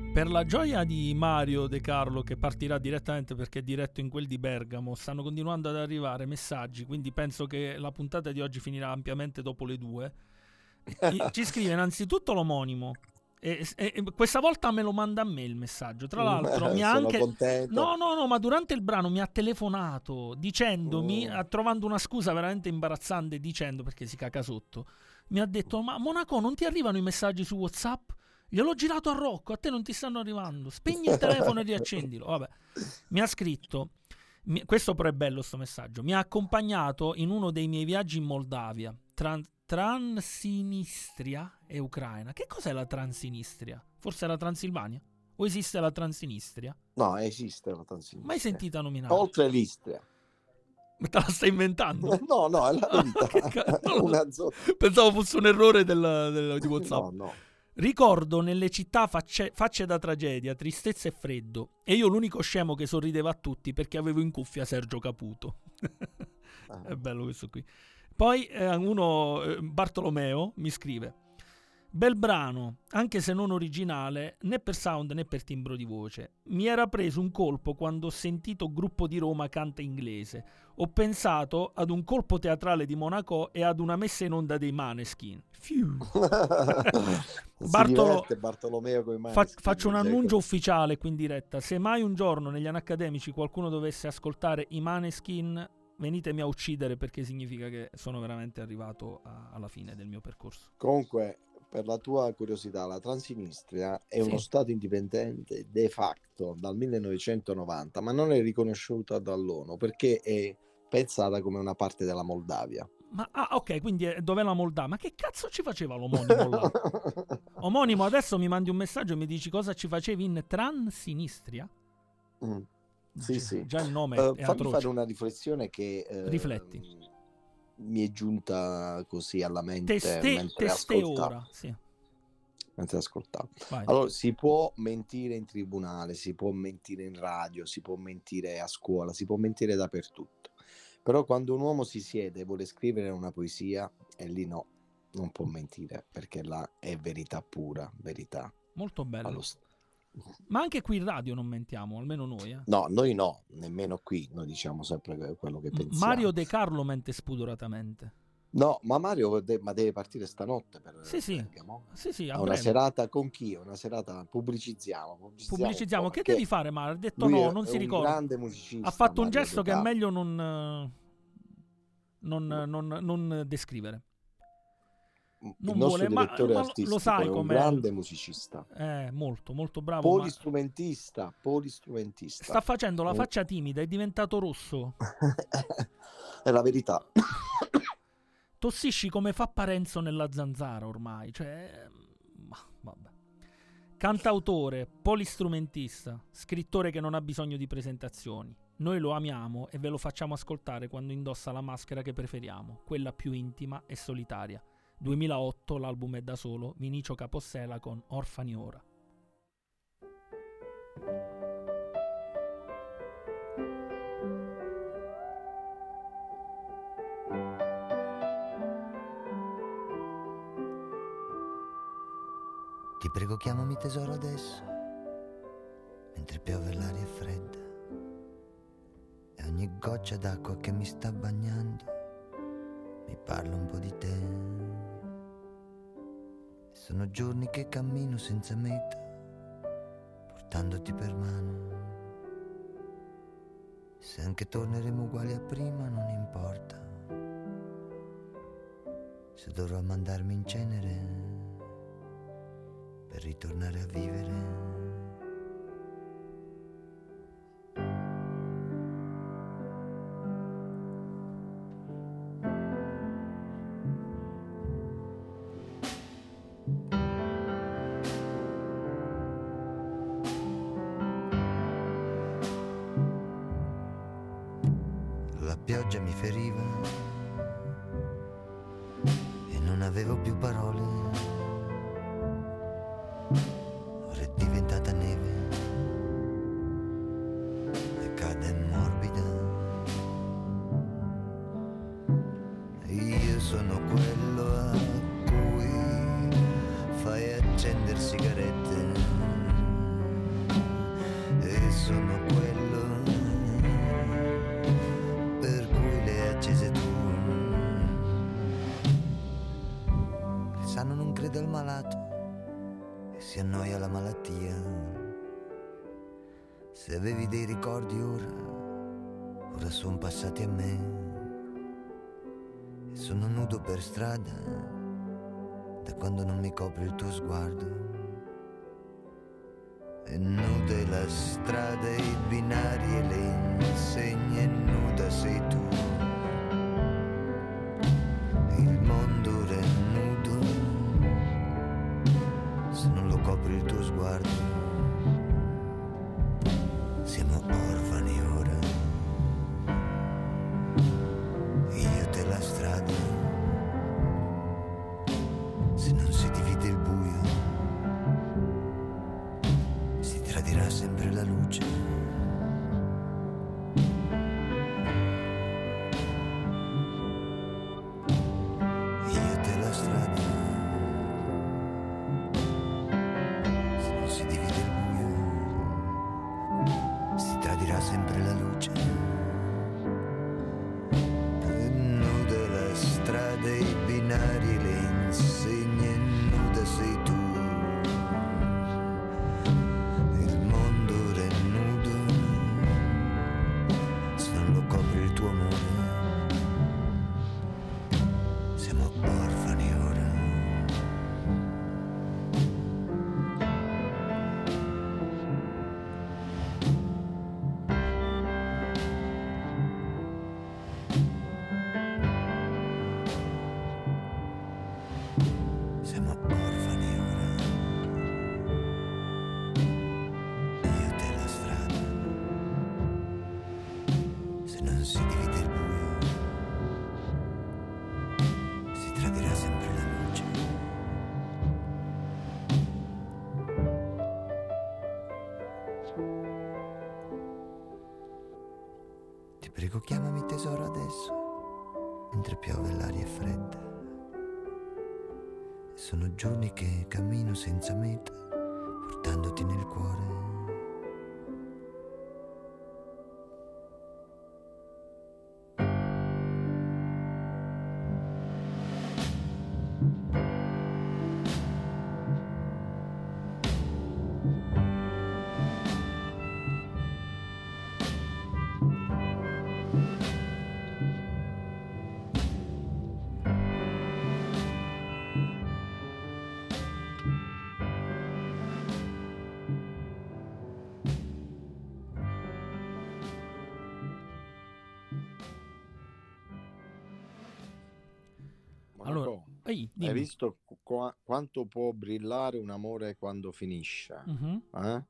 Per la gioia di Mario De Carlo, che partirà direttamente perché è diretto in quel di Bergamo, stanno continuando ad arrivare messaggi, quindi penso che la puntata di oggi finirà ampiamente dopo le 2. Ci scrive innanzitutto l'omonimo, e questa volta me lo manda a me il messaggio. Tra l'altro mi ha Sono anche contento. no, ma durante il brano mi ha telefonato dicendomi, trovando una scusa veramente imbarazzante, dicendo, perché si caca sotto, mi ha detto: ma Monaco, non ti arrivano i messaggi su WhatsApp? Gliel'ho girato a Rocco, a te non ti stanno arrivando, spegni il telefono e riaccendilo. Vabbè, mi ha scritto, questo però è bello sto messaggio, mi ha accompagnato in uno dei miei viaggi in Moldavia, Transnistria e Ucraina. Che cos'è la Transnistria? Forse la Transilvania? O esiste la Transnistria? No, esiste la Transilvania. Mai sentita nominare? Oltre l'Istria. Ma te la stai inventando? No, è la verità. Pensavo fosse un errore di WhatsApp. No. Ricordo nelle città facce da tragedia, tristezza e freddo, e io l'unico scemo che sorrideva a tutti perché avevo in cuffia Sergio Caputo. È bello questo qui. Poi Bartolomeo mi scrive: bel brano, anche se non originale né per sound né per timbro di voce. Mi era preso un colpo quando ho sentito Gruppo di Roma canta inglese. Ho pensato ad un colpo teatrale di Monaco e ad una messa in onda dei Maneskin. Bartolomeo con i Maneskin. Faccio un annuncio ufficiale qui in diretta: se mai un giorno negli anni accademici qualcuno dovesse ascoltare i Maneskin, venitemi a uccidere, perché significa che sono veramente arrivato alla fine del mio percorso. Comunque, per la tua curiosità, la Transnistria è uno stato indipendente de facto dal 1990, ma non è riconosciuta dall'ONU perché è pensata come una parte della Moldavia. Ma ok, quindi dov'è la Moldavia? Ma che cazzo ci faceva l'omonimo là? Omonimo, adesso mi mandi un messaggio e mi dici cosa ci facevi in Transnistria? Sì. Già il nome è fammi atroce. fare una riflessione che rifletti. Mi è giunta così alla mente mentre ascoltavo. Sì. Mentre ascoltavo. Vai. Allora, si può mentire in tribunale, si può mentire in radio, si può mentire a scuola, si può mentire dappertutto. Però quando un uomo si siede e vuole scrivere una poesia, e lì no, non può mentire, perché là è verità pura, verità. Molto bello. Ma anche qui in radio non mentiamo, almeno noi. No, noi no, nemmeno qui, noi diciamo sempre quello che pensiamo. Mario De Carlo mente spudoratamente. No, ma Mario deve partire stanotte per Bergamo. Sì, a una serata con chi? Una serata pubblicizziamo. Che devi fare, Mario? Ha detto no, non si ricorda. Un grande musicista. Ha fatto un gesto che è meglio non descrivere. Il nostro direttore artistico lo sai è un com'è. Grande musicista. Molto, molto bravo. Polistrumentista. Sta facendo la faccia timida, è diventato rosso. È la verità. Tossisci come fa Parenzo nella zanzara ormai, vabbè. Cantautore, polistrumentista, scrittore che non ha bisogno di presentazioni. Noi lo amiamo e ve lo facciamo ascoltare quando indossa la maschera che preferiamo, quella più intima e solitaria. 2008, l'album è da solo, Vinicio Capossela con Orfani ora. Ti prego, chiamami tesoro adesso, mentre piove l'aria è fredda e ogni goccia d'acqua che mi sta bagnando mi parla un po' di te. E sono giorni che cammino senza meta, portandoti per mano. Se anche torneremo uguali a prima non importa, se dovrò mandarmi in cenere per ritornare a vivere. La pioggia mi feriva e non avevo più parole. Ora è diventata neve e cade morbida. Io sono quello a cui fai accendere sigarette sono quello per cui le hai accese tu. Il sano non crede al malato e si annoia la malattia. Se avevi dei ricordi ora sono passati a me. E sono nudo per strada da quando non mi copre il tuo sguardo. E nuda è la strada, i binari e le insegne, nuda sei tu. Il mondo ora è nudo se non lo copre il tuo sguardo. Siamo orfani ora, io te la strada. Se non si divide il buio, si tradirà sempre la luce. Io te la strada. Se non si divide il buio, si tradirà sempre la luce. E nuda la strada, i binari, le insegne, nuda sei tu. Il mondo ora è nudo se non lo copre il tuo amore. Siamo orfani ora. Siamo orfani ora. Io te la strada. Se non si divide il buio, si tradirà sempre la luce. Ti prego, chiamami tesoro adesso, mentre piove e l'aria è fredda. Sono giorni che cammino senza meta, portandoti nel cuore. Allora, Marco, ehi, hai dimmi. visto quanto può brillare un amore quando finisce? Mhm, Eh?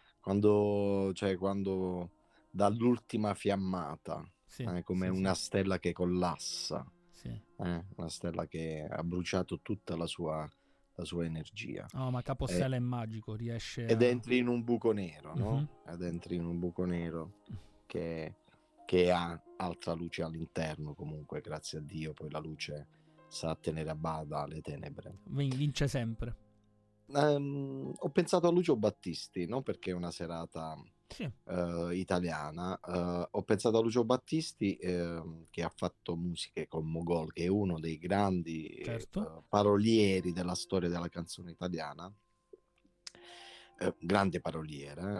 Quando dall'ultima fiammata, sì, come sì, una sì, stella che collassa, sì. una stella che ha bruciato tutta la sua energia. Oh, ma Eh, Capostela è magico, riesce ed a... entri in un buco nero, Mhm. no? Ed entri in un buco nero che ha altra luce all'interno, comunque, grazie a Dio, poi la luce sa tenere a bada le tenebre. Vince sempre. Ho pensato a Lucio Battisti, non perché è una serata Sì, italiana, ho pensato a Lucio Battisti che ha fatto musiche con Mogol, che è uno dei grandi certo. parolieri della storia della canzone italiana. Grande paroliere,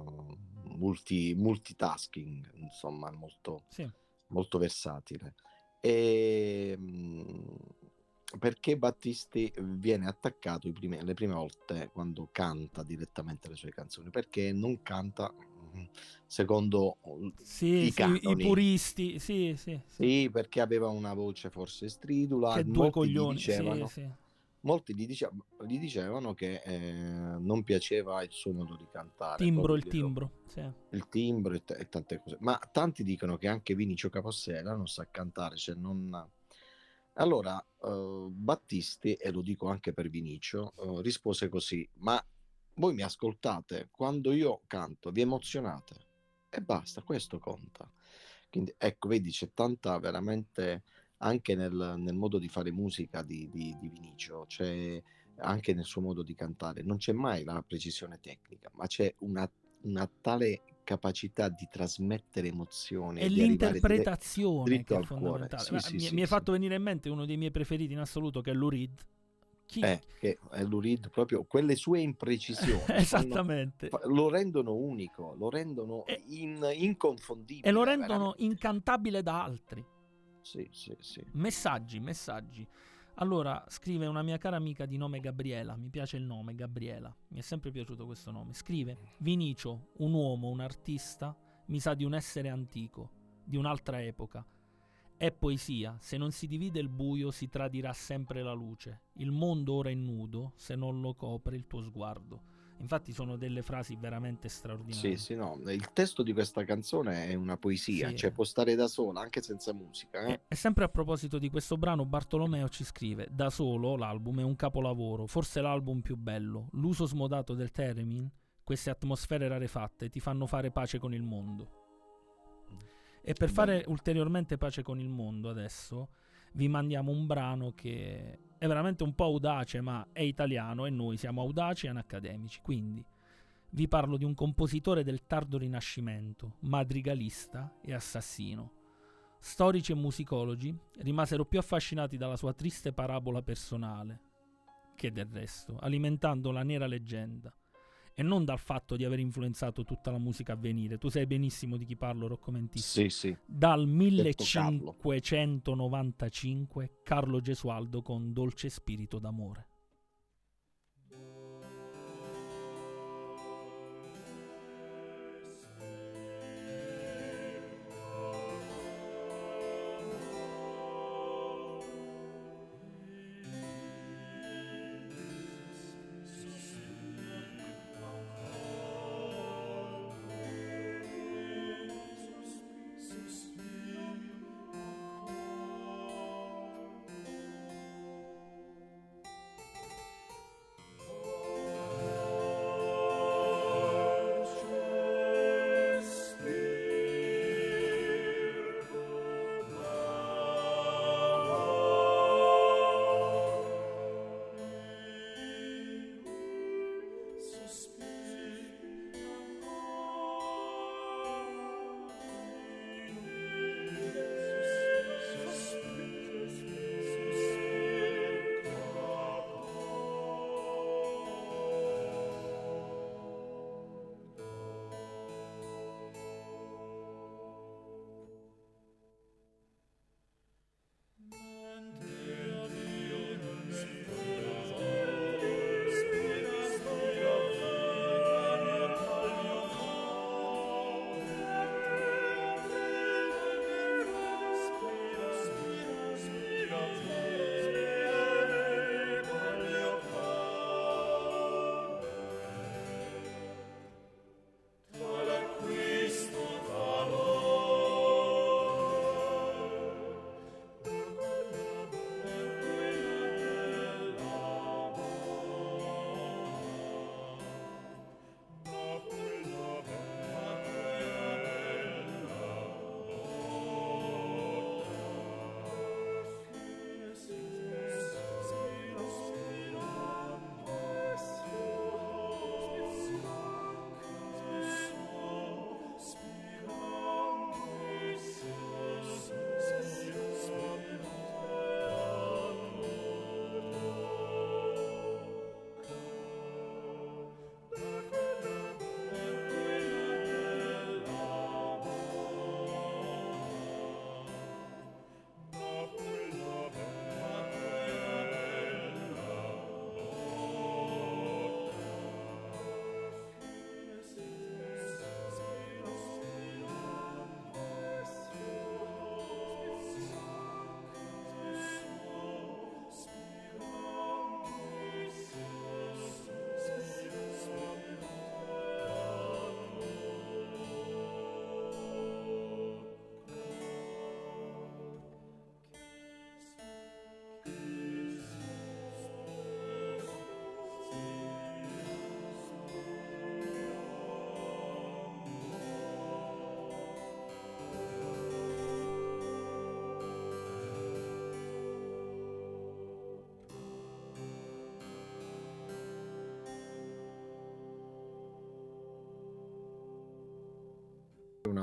multitasking, insomma, molto, Sì. molto versatile. E, perché Battisti viene attaccato le prime volte quando canta direttamente le sue canzoni? Perché non canta secondo Sì, i sì, i canoni. puristi, sì, sì, sì. Sì, perché aveva una voce forse stridula. Che due coglioni, sì, sì. Molti gli dicevano che non piaceva il suo modo di cantare, Timbro, proprio il timbro, sì. il timbro e tante cose. Ma tanti dicono che anche Vinicio Capossela non sa cantare, cioè non... Allora, Battisti, e lo dico anche per Vinicio, rispose così: ma voi mi ascoltate, quando io canto vi emozionate e basta, questo conta. Quindi ecco, vedi, c'è tanta veramente anche nel modo di fare musica di Vinicio, c'è anche nel suo modo di cantare, non c'è mai la precisione tecnica, ma c'è una tale capacità di trasmettere emozioni È e di arrivare l'interpretazione dritto che è al cuore. fondamentale. Sì, Mi, sì, mi è sì, fatto venire in mente uno dei miei preferiti in assoluto, che è Lou Reed. che è Lou Reed, proprio quelle sue imprecisioni Esattamente. lo rendono unico, lo rendono E inconfondibile. lo rendono veramente. incantabile da altri. Sì, sì, sì. Messaggi. Allora, scrive una mia cara amica di nome Gabriela, mi piace il nome, Gabriela, mi è sempre piaciuto questo nome. Scrive: Vinicio, un uomo, un artista, mi sa di un essere antico, di un'altra epoca. È poesia, se non si divide il buio si tradirà sempre la luce. Il mondo ora è nudo, se non lo copre il tuo sguardo. Infatti sono delle frasi veramente straordinarie. Sì, sì, no. Il testo di questa canzone è una poesia, Sì. cioè può stare da sola, anche senza musica. E sempre a proposito di questo brano, Bartolomeo ci scrive: Da solo l'album è un capolavoro, forse l'album più bello. L'uso smodato del theremin, queste atmosfere rarefatte, ti fanno fare pace con il mondo. E per fare ulteriormente pace con il mondo, adesso vi mandiamo un brano che è veramente un po' audace, ma è italiano e noi siamo audaci e anacademici. Quindi vi parlo di un compositore del tardo Rinascimento, madrigalista e assassino. Storici e musicologi rimasero più affascinati dalla sua triste parabola personale che del resto, alimentando la nera leggenda, e non dal fatto di aver influenzato tutta la musica a venire. Tu sai benissimo di chi parlo, Rocco Mentissimo. Sì, sì. Dal Detto Carlo. 1595 Carlo Gesualdo con Dolce spirito d'amore.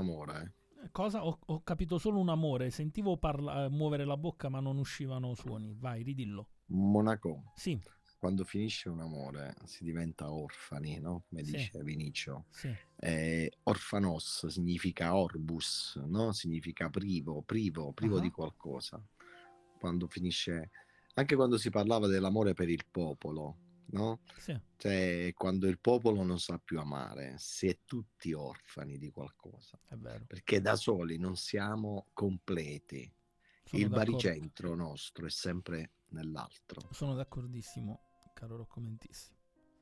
amore. Cosa? Ho capito solo un amore. Sentivo muovere la bocca, ma non uscivano suoni. Vai, ridillo. Monaco. Sì. Quando finisce un amore si diventa orfani, no? Come Sì. dice Vinicio. Sì. Orfanos significa orbus, no? Significa privo di qualcosa. Quando finisce, anche quando si parlava dell'amore per il popolo, no? Sì. Cioè, quando il popolo non sa più amare, si è tutti orfani di qualcosa. È vero. Perché da soli non siamo completi. Sono Il d'accordo. baricentro nostro è sempre nell'altro. Sono d'accordissimo, caro Roccomentissimo.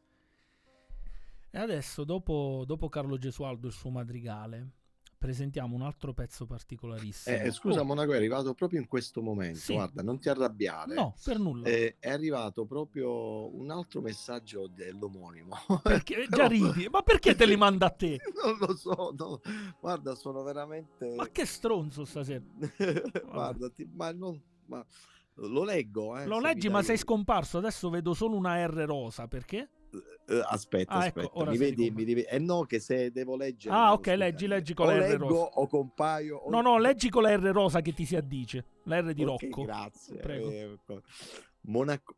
E adesso, dopo Carlo Gesualdo e il suo madrigale, presentiamo un altro pezzo particolarissimo. Scusa, Monaco, è arrivato proprio in questo momento. Sì. Guarda, non ti arrabbiare. No, per nulla. È arrivato proprio un altro messaggio dell'omonimo. Perché già ridi? Ma perché te li manda a te? Non lo so, no. Guarda, sono veramente... Ma che stronzo stasera. Guarda, ma lo leggo. Lo leggi, ma sei scomparso. Adesso vedo solo una R rosa. Perché? Aspetta, ecco, ora mi vedi? No, che se devo leggere... Ok, leggi con o la R leggo rosa. o compaio. No, leggi con la R rosa che ti si addice. La R di Ok, Rocco. grazie. Prego. Monaco.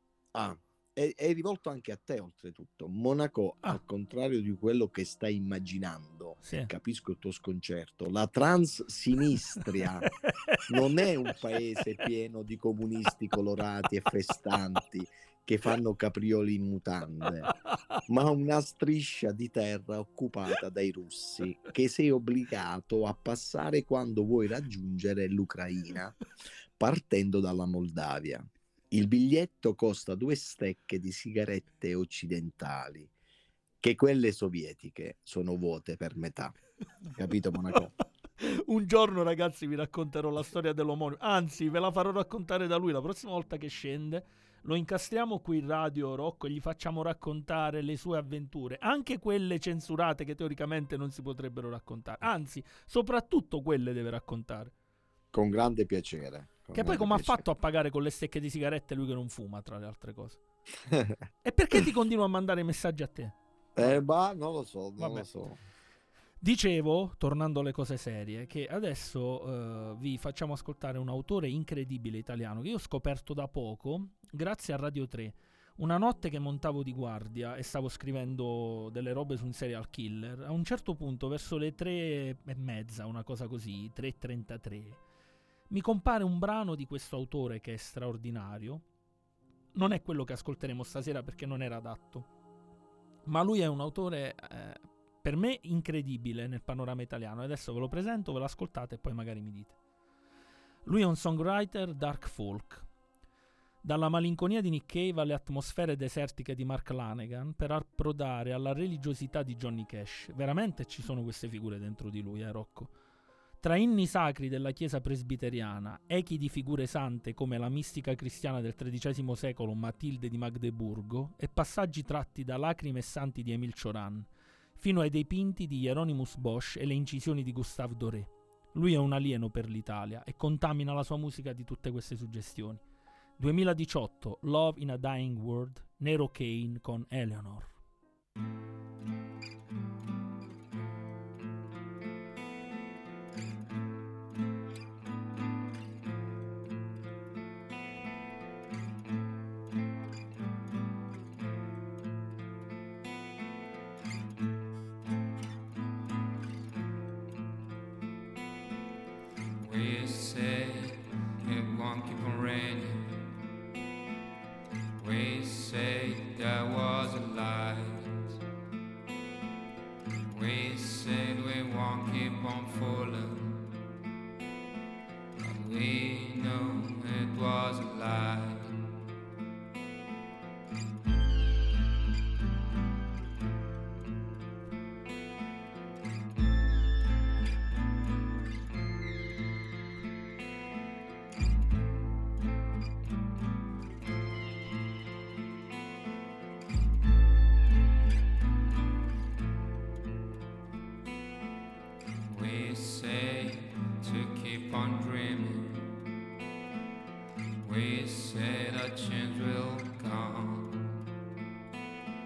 È rivolto anche a te, oltretutto. Monaco, al contrario di quello che stai immaginando, Sì. capisco il tuo sconcerto, la Transsinistria non è un paese pieno di comunisti colorati e festanti che fanno caprioli in mutande, ma una striscia di terra occupata dai russi che sei obbligato a passare quando vuoi raggiungere l'Ucraina, partendo dalla Moldavia. Il biglietto costa 2 stecche di sigarette occidentali, che quelle sovietiche sono vuote per metà. Capito, Monaco? Un giorno, ragazzi, vi racconterò la storia dell'omonimo. Anzi, ve la farò raccontare da lui la prossima volta che scende. Lo incastriamo qui in radio, Rocco, e gli facciamo raccontare le sue avventure, anche quelle censurate che teoricamente non si potrebbero raccontare. Anzi, soprattutto quelle deve raccontare. Con grande piacere. Che poi come ha fatto a pagare con le stecche di sigarette lui che non fuma, tra le altre cose? E perché ti continua a mandare messaggi a te? Non lo so, lo so. Dicevo, tornando alle cose serie, che adesso vi facciamo ascoltare un autore incredibile italiano che io ho scoperto da poco, grazie a Radio 3. Una notte che montavo di guardia e stavo scrivendo delle robe su un serial killer, a un certo punto, verso le 3:30, una cosa così, 3:33, mi compare un brano di questo autore che è straordinario. Non è quello che ascolteremo stasera perché non era adatto, ma lui è un autore per me incredibile nel panorama italiano. Adesso ve lo presento, ve lo ascoltate e poi magari mi dite. Lui è un songwriter dark folk, dalla malinconia di Nick Cave alle atmosfere desertiche di Mark Lanegan, per approdare alla religiosità di Johnny Cash. Veramente ci sono queste figure dentro di lui, Rocco. Tra inni sacri della chiesa presbiteriana, echi di figure sante come la mistica cristiana del XIII secolo Matilde di Magdeburgo e passaggi tratti da Lacrime e santi di Émile Cioran, fino ai dipinti di Hieronymus Bosch e le incisioni di Gustave Doré. Lui è un alieno per l'Italia e contamina la sua musica di tutte queste suggestioni. 2018, Love in a Dying World, Nero Kane con Eleanor. We say it won't keep on raining. We say there was a light. We said we won't keep on falling, but we know it was a lie. We say to keep on dreaming. We say that change will come.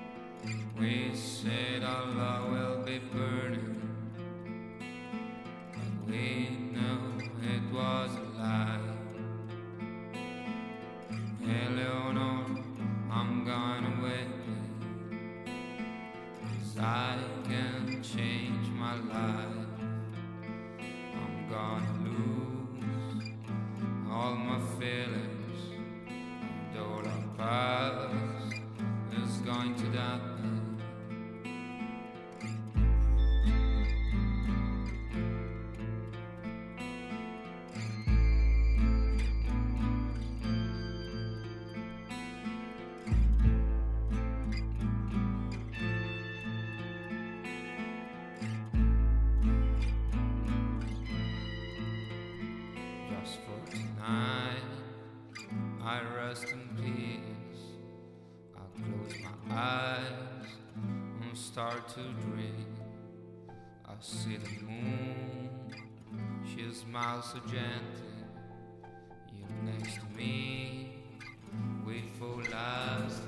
We say that love will be burning. We knew it was a lie. Eleanor, I'm gonna wait, 'cause I can change my life. I'm gonna lose all my feelings, and all our past is going to die. Just for tonight, I rest in peace. I close my eyes and start to dream. I see the moon, she smiles so gently. You next to me, we fall asleep.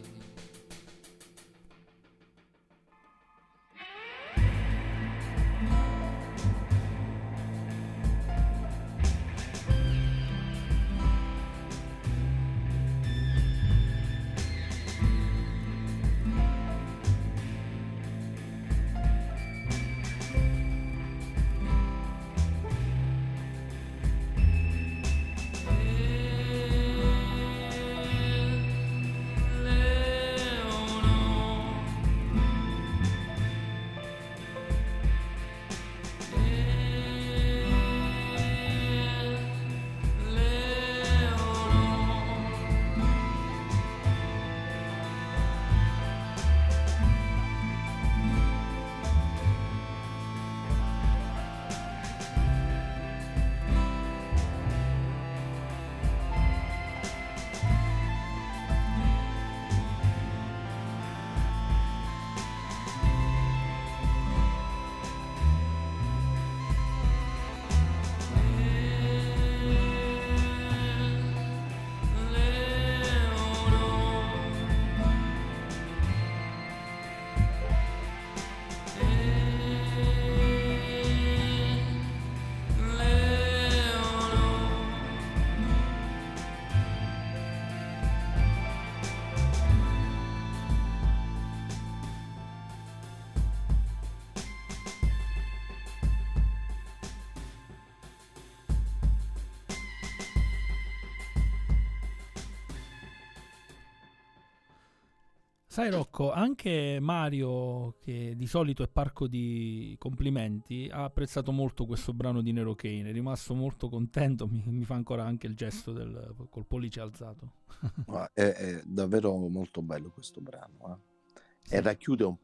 Sai Rocco, anche Mario, che di solito è parco di complimenti, ha apprezzato molto questo brano di Nero Kane, è rimasto molto contento, mi fa ancora anche il gesto col pollice alzato. È davvero molto bello questo brano, e racchiude un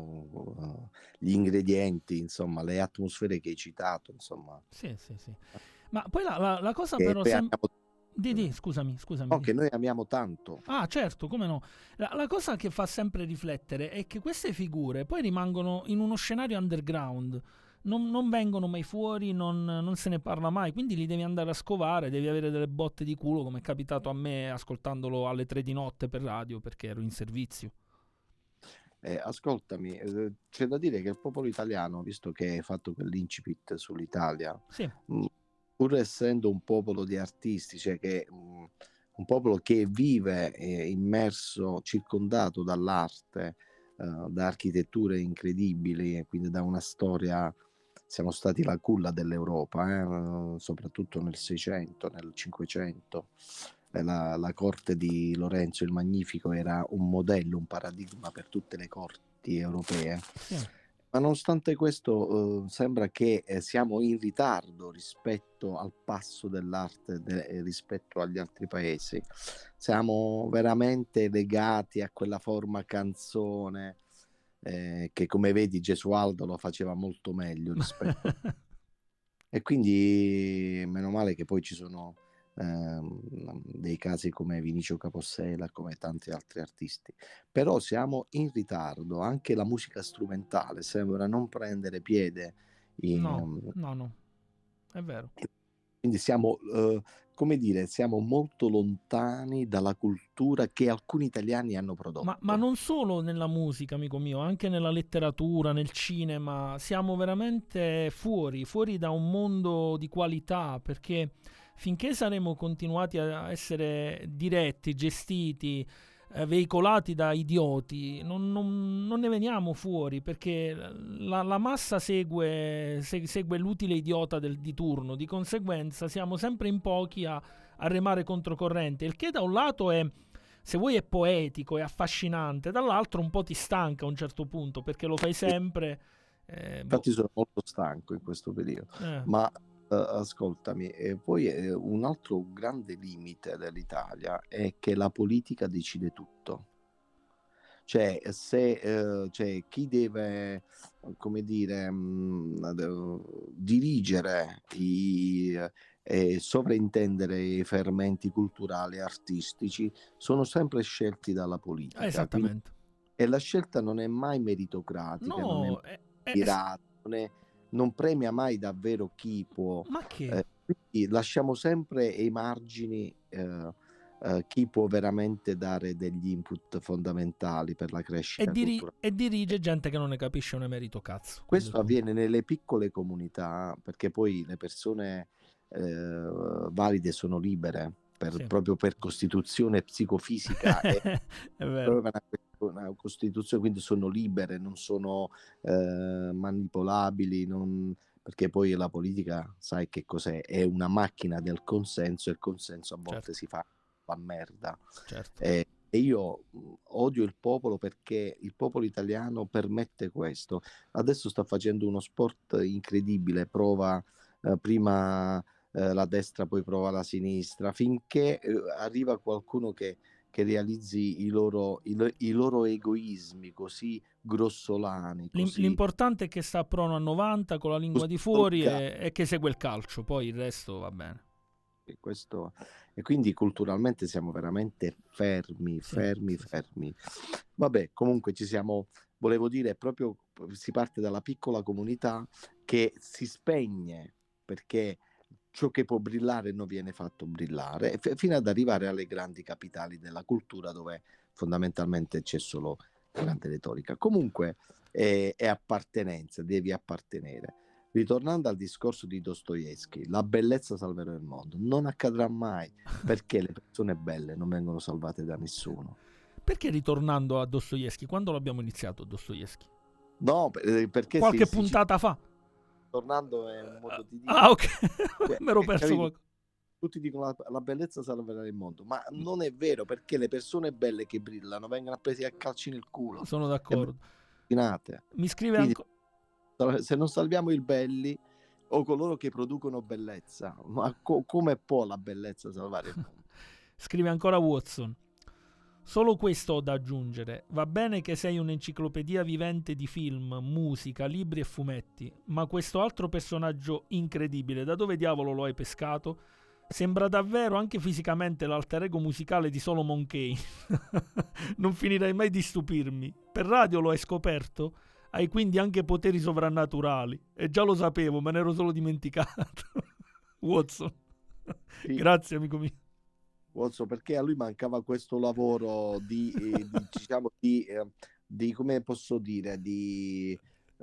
po' gli ingredienti, insomma, le atmosfere che hai citato, insomma. Sì. Ma poi la cosa Che però... poi scusami. che noi amiamo tanto. Ah, certo, come no. La cosa che fa sempre riflettere è che queste figure poi rimangono in uno scenario underground, non vengono mai fuori, non se ne parla mai, quindi li devi andare a scovare, devi avere delle botte di culo, come è capitato a me ascoltandolo alle 3 di notte per radio perché ero in servizio. Ascoltami, c'è da dire che il popolo italiano, visto che hai fatto quell'incipit sull'Italia, Sì. Pur essendo un popolo di artisti, cioè che un popolo che vive immerso, circondato dall'arte, da architetture incredibili, e quindi da una storia, siamo stati la culla dell'Europa, soprattutto nel 600, nel 500. La corte di Lorenzo il Magnifico era un modello, un paradigma per tutte le corti europee. Sì. Ma nonostante questo sembra che siamo in ritardo rispetto al passo dell'arte rispetto agli altri paesi. Siamo veramente legati a quella forma canzone che, come vedi, Gesualdo lo faceva molto meglio rispetto. E quindi meno male che poi ci sono dei casi come Vinicio Capossela, come tanti altri artisti, però siamo in ritardo. Anche la musica strumentale sembra non prendere piede no, è vero. Quindi siamo, come dire, siamo molto lontani dalla cultura che alcuni italiani hanno Ma prodotto. non solo nella musica, amico mio, anche nella letteratura, nel cinema, siamo veramente fuori da un mondo di qualità, perché finché saremo continuati a essere diretti, gestiti, veicolati da idioti, non ne veniamo fuori, perché la massa segue l'utile idiota di turno, di conseguenza siamo sempre in pochi a remare controcorrente, il che da un lato è, se vuoi, è poetico, è affascinante, dall'altro un po' ti stanca a un certo punto, perché lo fai sempre. Boh. Infatti sono molto stanco in questo periodo. Ma ascoltami, e poi un altro grande limite dell'Italia è che la politica decide tutto. Cioè, se cioè, chi deve, come dire, dirigere e sovrintendere i fermenti culturali e artistici sono sempre scelti dalla politica. Quindi, Esattamente. e la scelta non è mai meritocratica, non è No, mirata, non premia mai davvero chi può. ma che? Quindi lasciamo sempre ai margini chi può veramente dare degli input fondamentali per la crescita culturale. E dirige gente che non ne capisce un emerito cazzo. Questo avviene nelle piccole comunità, perché poi le persone valide sono libere Sì. proprio per costituzione psicofisica e È vero. una costituzione, quindi sono libere, non sono manipolabili, perché poi la politica, sai che cos'è? È una macchina del consenso e il consenso a volte Certo. si fa la merda. Certo. E io odio il popolo perché il popolo italiano permette questo. Adesso sta facendo uno sport incredibile, prova prima la destra, poi prova la sinistra, finché arriva qualcuno che realizzi i loro egoismi così grossolani, così L'importante è che sta a prono a 90 con la lingua di fuori e che segue il calcio, poi il resto va bene. E quindi culturalmente siamo veramente fermi. Vabbè, comunque volevo dire, proprio si parte dalla piccola comunità che si spegne perché ciò che può brillare non viene fatto brillare, fino ad arrivare alle grandi capitali della cultura dove fondamentalmente c'è solo grande retorica. Comunque è appartenenza, devi appartenere. Ritornando al discorso di Dostoevsky, la bellezza salverà il mondo. Non accadrà mai, perché le persone belle non vengono salvate da nessuno. Perché ritornando a Dostoevsky, quando l'abbiamo iniziato Dostoevsky? No, perché Qualche puntata fa. Tornando è un modo di dire. Ah, ok. Cioè, Mi ero perso qualcosa. Tutti dicono la bellezza salverà il mondo, ma non è vero, perché le persone belle che brillano vengono prese a calci nel culo. Sono d'accordo. Mi scrive ancora. Se non salviamo i belli o coloro che producono bellezza, ma come può la bellezza salvare il mondo? Scrive ancora Watson. Solo questo ho da aggiungere. Va bene che sei un'enciclopedia vivente di film, musica, libri e fumetti, ma questo altro personaggio incredibile, da dove diavolo lo hai pescato? Sembra davvero anche fisicamente l'alter ego musicale di Solomon Kane. Non finirai mai di stupirmi. Per radio lo hai scoperto? Hai quindi anche poteri sovrannaturali. E già lo sapevo, me ne ero solo dimenticato. Watson. Sì. Grazie, amico mio. Watson, perché a lui mancava questo lavoro diciamo di come posso dire, di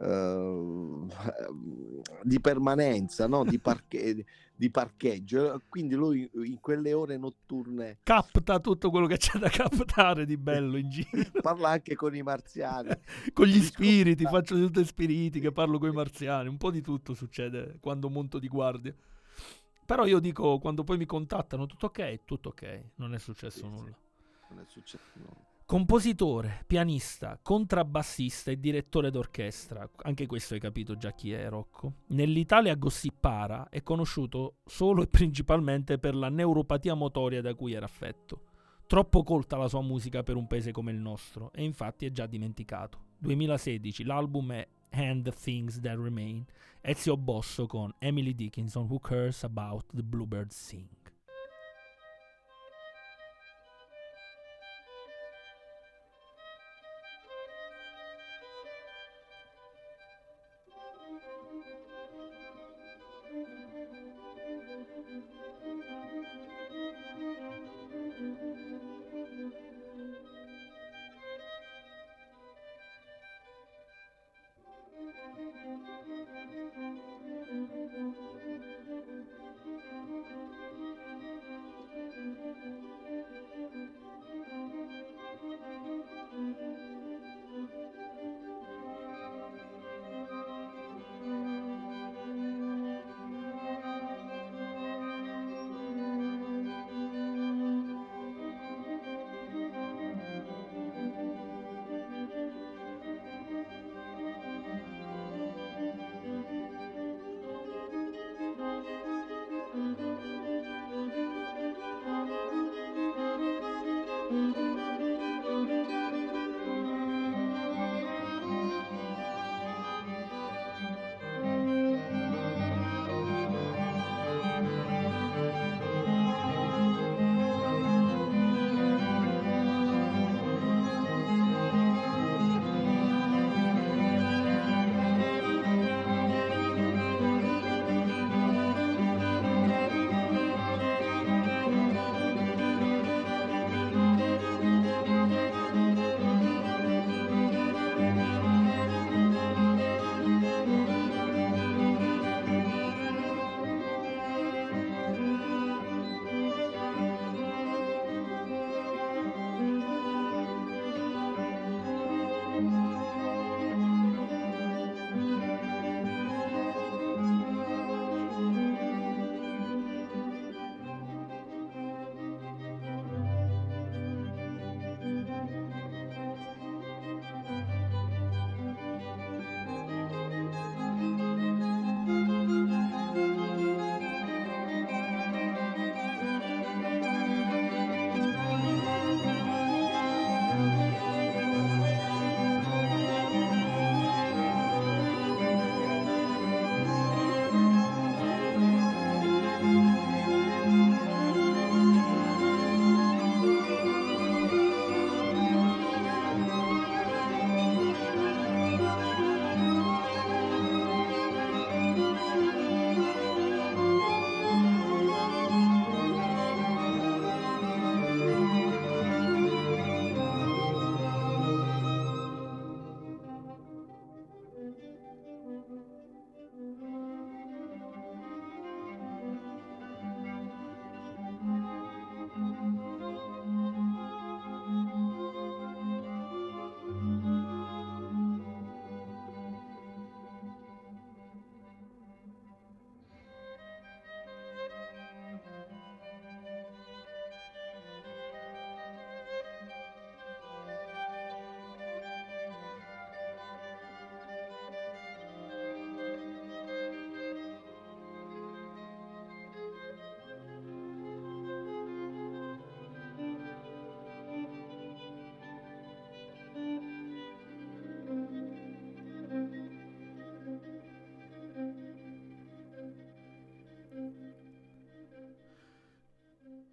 permanenza, no? di parcheggio. Quindi lui in quelle ore notturne capta tutto quello che c'è da captare di bello in giro. Parla anche con i marziani. Con gli spiriti, faccio di tutti spiriti che parlo con i marziani. Un po' di tutto succede quando monto di guardia. Però io dico, quando poi mi contattano, tutto ok, non è successo nulla. Non è successo nulla. Compositore, pianista, contrabbassista e direttore d'orchestra. Anche questo hai capito già chi è, Rocco. Nell'Italia gossipara è conosciuto solo e principalmente per la neuropatia motoria da cui era affetto. Troppo colta la sua musica per un paese come il nostro, e infatti è già dimenticato. 2016, l'album è And the Things That Remain. Ezio Bosso con Emily Dickinson, Who Cares About the Bluebirds Sing.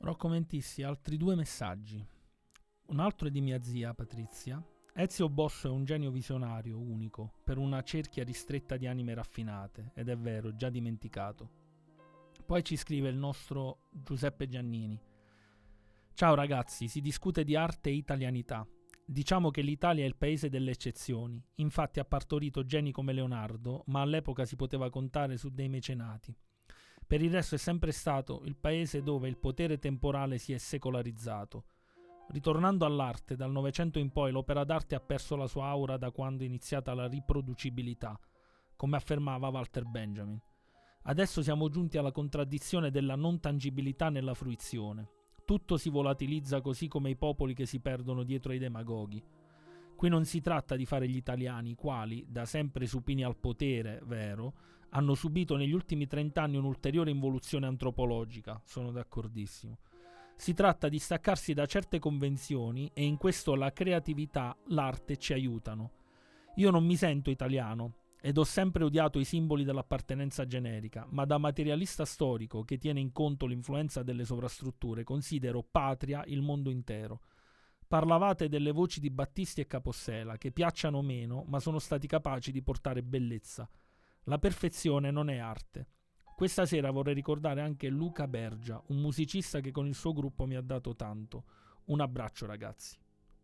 Rocco Mentissi, altri 2 messaggi. Un altro è di mia zia Patrizia. Ezio Bosso è un genio visionario unico, per una cerchia ristretta di anime raffinate, ed è vero, già dimenticato. Poi ci scrive il nostro Giuseppe Giannini. Ciao ragazzi, si discute di arte e italianità. Diciamo che l'Italia è il paese delle eccezioni, infatti ha partorito geni come Leonardo, ma all'epoca si poteva contare su dei mecenati. Per il resto è sempre stato il paese dove il potere temporale si è secolarizzato. Ritornando all'arte, dal Novecento in poi l'opera d'arte ha perso la sua aura da quando è iniziata la riproducibilità, come affermava Walter Benjamin. Adesso siamo giunti alla contraddizione della non tangibilità nella fruizione. Tutto si volatilizza così come i popoli che si perdono dietro ai demagoghi. Qui non si tratta di fare gli italiani, i quali, da sempre supini al potere, vero, hanno subito negli ultimi 30 anni un'ulteriore involuzione antropologica, sono d'accordissimo. Si tratta di staccarsi da certe convenzioni e in questo la creatività, l'arte ci aiutano. Io non mi sento italiano ed ho sempre odiato i simboli dell'appartenenza generica, ma da materialista storico che tiene in conto l'influenza delle sovrastrutture considero patria il mondo intero. Parlavate delle voci di Battisti e Capossela, che piacciono meno, ma sono stati capaci di portare bellezza. La perfezione non è arte. Questa sera vorrei ricordare anche Luca Bergia, un musicista che con il suo gruppo mi ha dato tanto. Un abbraccio ragazzi.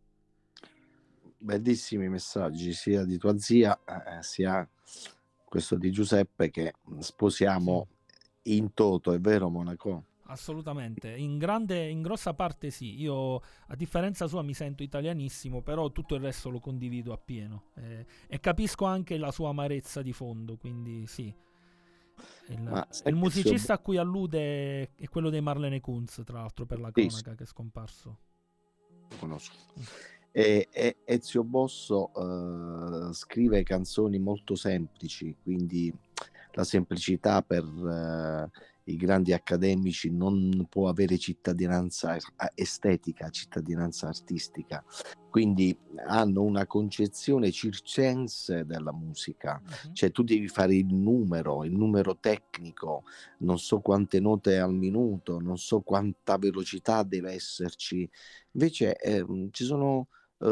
Bellissimi messaggi sia di tua zia sia questo di Giuseppe, che sposiamo in toto, è vero Monaco? Assolutamente, in grossa parte sì. Io a differenza sua mi sento italianissimo, però tutto il resto lo condivido appieno e capisco anche la sua amarezza di fondo, quindi sì. Il musicista a cui allude è quello dei Marlene Kunz, tra l'altro, per la cronaca, che è scomparso. Lo conosco. Ezio Bosso scrive canzoni molto semplici, quindi la semplicità per i grandi accademici non può avere cittadinanza estetica, cittadinanza artistica, quindi hanno una concezione circense della musica, cioè tu devi fare il numero tecnico, non so quante note al minuto, non so quanta velocità deve esserci. Invece ci sono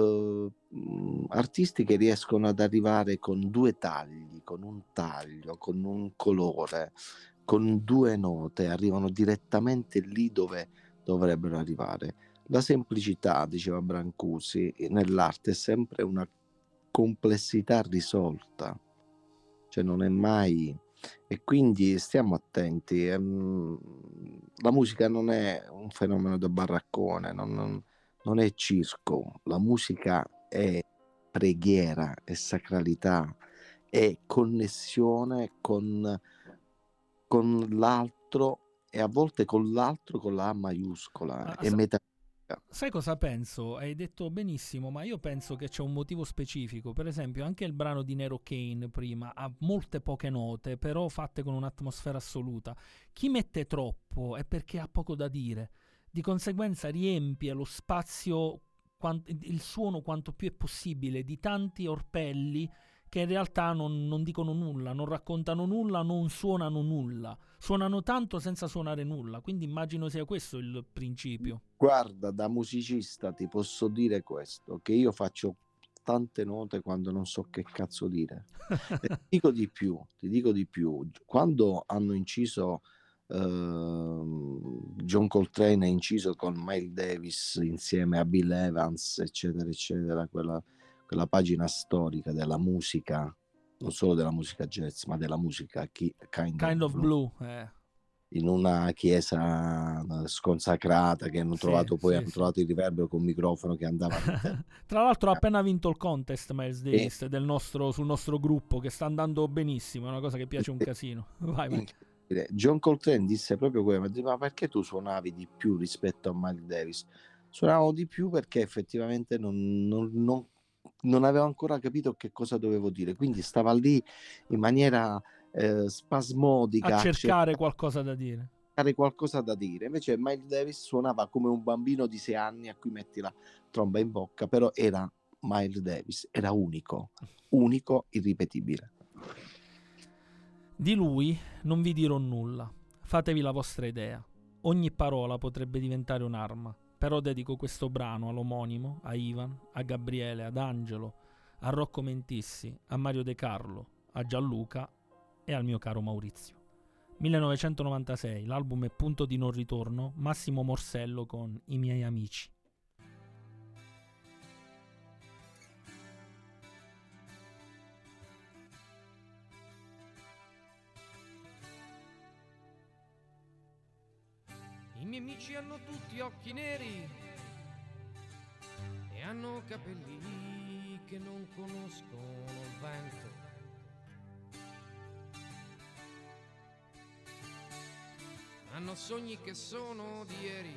artisti che riescono ad arrivare con 2 tagli, con un taglio, con un colore, con 2 note, arrivano direttamente lì dove dovrebbero arrivare. La semplicità, diceva Brancusi, nell'arte è sempre una complessità risolta, cioè non è mai, e quindi stiamo attenti. La musica non è un fenomeno da baraccone, non è circo, la musica è preghiera, è sacralità, è connessione con l'altro, e a volte con l'altro con la A maiuscola, è metafisica. Sai cosa penso? Hai detto benissimo, ma io penso che c'è un motivo specifico. Per esempio anche il brano di Nero Kane prima ha molte poche note, però fatte con un'atmosfera assoluta. Chi mette troppo è perché ha poco da dire. Di conseguenza riempie lo spazio, il suono quanto più è possibile, di tanti orpelli che in realtà non dicono nulla, non raccontano nulla, non suonano nulla. Suonano tanto senza suonare nulla, quindi immagino sia questo il principio. Guarda, da musicista ti posso dire questo, che io faccio tante note quando non so che cazzo dire. E ti dico di più, quando hanno inciso John Coltrane ha inciso con Miles Davis insieme a Bill Evans, eccetera eccetera, quella pagina storica della musica, non solo della musica jazz ma della musica kind of blue. In una chiesa sconsacrata che hanno trovato trovato il riverbero con un microfono che andava tra l'altro ha appena vinto il contest Miles Davis sul nostro gruppo, che sta andando benissimo, è una cosa che piace un casino. Vai. John Coltrane disse proprio quello, ma perché tu suonavi di più rispetto a Miles Davis? Suonavo di più perché effettivamente non avevo ancora capito che cosa dovevo dire, quindi stava lì in maniera spasmodica a cercare qualcosa da dire. Invece Miles Davis suonava come un bambino di 6 anni a cui metti la tromba in bocca, però era Miles Davis, era unico, irripetibile. Di lui non vi dirò nulla, fatevi la vostra idea. Ogni parola potrebbe diventare un'arma, però dedico questo brano all'omonimo, a Ivan, a Gabriele, ad Angelo, a Rocco Mentissi, a Mario De Carlo, a Gianluca e al mio caro Maurizio. 1996, l'album è Punto di non ritorno, Massimo Morsello con I miei amici. I miei amici hanno tutti occhi neri e hanno capelli che non conoscono il vento. Hanno sogni che sono di ieri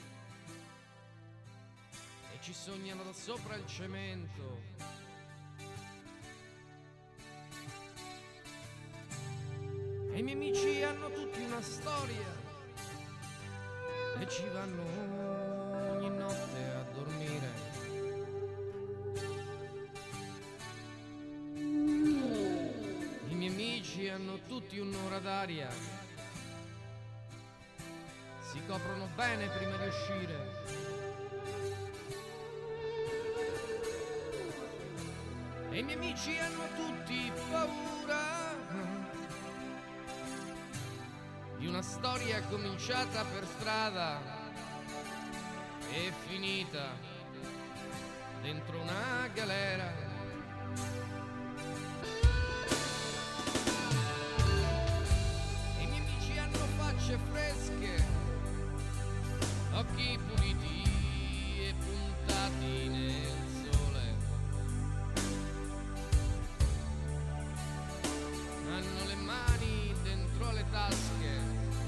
e ci sognano da sopra il cemento. E i miei amici hanno tutti una storia e ci vanno ogni notte a dormire. I miei amici hanno tutti un'ora d'aria, si coprono bene prima di uscire. E i miei amici hanno tutti paura di una storia cominciata per strada e finita dentro una galera. E i miei amici hanno facce fresche, occhi puliti e puntati nel sole. Hanno le mani dentro le tasche,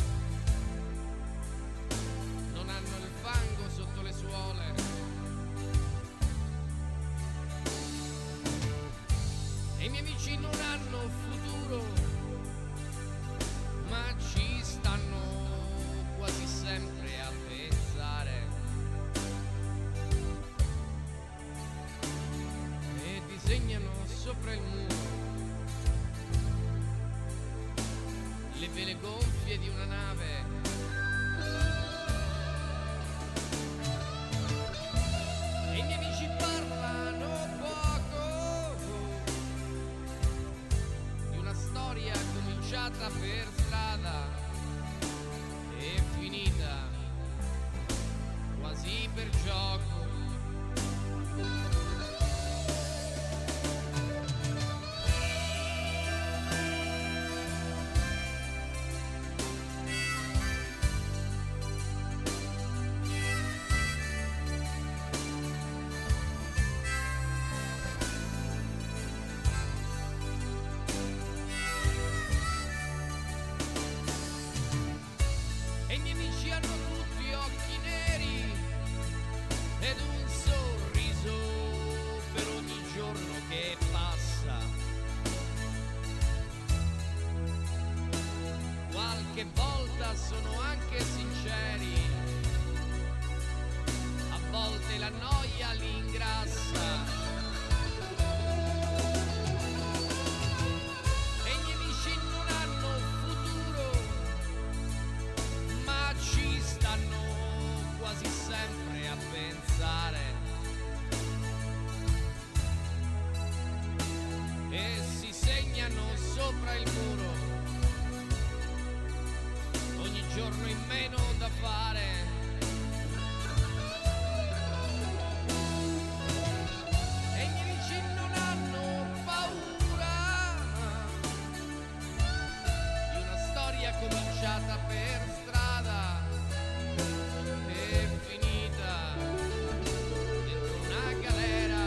non hanno il fango sotto le suole. E i miei amici non hanno futuro, ma ci stanno quasi sempre a pensare. E disegnano sopra il muro le vele gonfie di una nave. E i miei amici parlano poco di una storia cominciata per strada e finita quasi per gioco. E i miei amici hanno tutti occhi neri ed un sorriso per ogni giorno che passa. Qualche volta sono anche sinceri, a volte la noia li ingrassa. E i miei amici non hanno futuro, ma ci stanno quasi sempre a pensare. E si segnano sopra il muro ogni giorno in meno da fare. E i miei amici non hanno paura di una storia cominciata per strada e finita dentro una galera.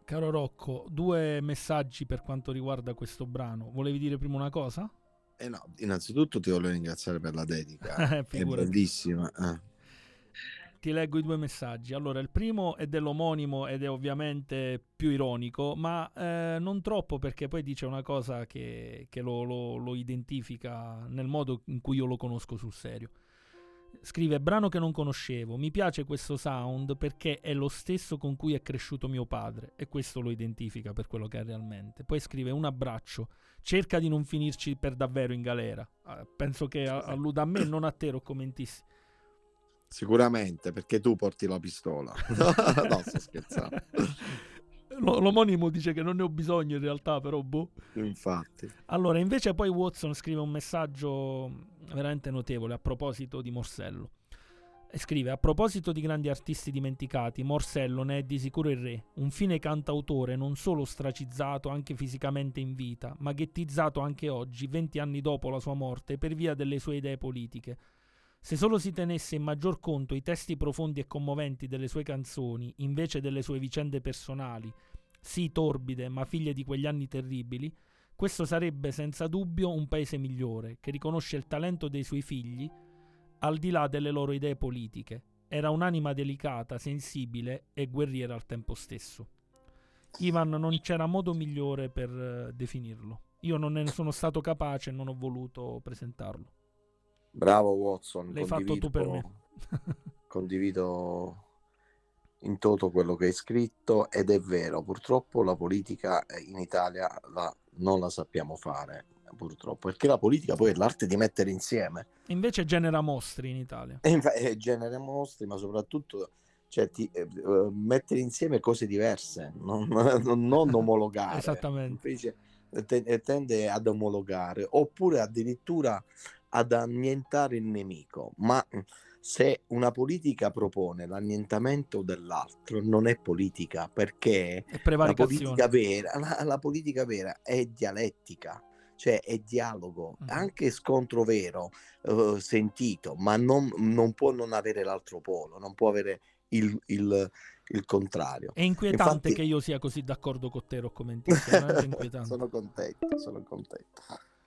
Caro Rocco, 2 messaggi per quanto riguarda questo brano. Volevi dire prima una cosa? No, innanzitutto ti voglio ringraziare per la dedica, è Figurati. bellissima. Ti leggo i 2 messaggi. Allora, il primo è dell'omonimo ed è ovviamente più ironico, ma non troppo, perché poi dice una cosa che lo identifica nel modo in cui io lo conosco sul serio. Scrive: brano che non conoscevo, mi piace questo sound perché è lo stesso con cui è cresciuto mio padre, e questo lo identifica per quello che è realmente. Poi scrive: un abbraccio, cerca di non finirci per davvero in galera. Penso che alluda a me, non a te, Roccomentissi. Sicuramente, perché tu porti la pistola. No, sto scherzando. L'omonimo dice che non ne ho bisogno in realtà, però boh. Infatti. Allora, invece poi Watson scrive un messaggio veramente notevole a proposito di Morsello. E scrive: a proposito di grandi artisti dimenticati, Morsello ne è di sicuro il re, un fine cantautore non solo ostracizzato anche fisicamente in vita, ma ghettizzato anche oggi, 20 anni dopo la sua morte, per via delle sue idee politiche. Se solo si tenesse in maggior conto i testi profondi e commoventi delle sue canzoni, invece delle sue vicende personali, sì torbide ma figlie di quegli anni terribili, questo sarebbe senza dubbio un paese migliore, che riconosce il talento dei suoi figli al di là delle loro idee politiche. Era un'anima delicata, sensibile e guerriera al tempo stesso. Ivan, non c'era modo migliore per definirlo. Io non ne sono stato capace e non ho voluto presentarlo. Bravo Watson, L'hai fatto tu per me. Condivido in toto quello che hai scritto, ed è vero, purtroppo la politica in Italia non la sappiamo fare, purtroppo, perché la politica poi è l'arte di mettere insieme. Invece genera mostri in Italia. Genera mostri, ma soprattutto mettere insieme cose diverse, non omologare. Esattamente. Invece tende ad omologare, oppure addirittura ad annientare il nemico. Ma se una politica propone l'annientamento dell'altro, non è politica, perché È la politica vera è dialettica, cioè è dialogo, anche scontro vero, sentito, ma non può non avere l'altro polo, non può avere il contrario. È inquietante. Infatti, che io sia così d'accordo con te, Roccomentissi, è veramente inquietante. sono contento.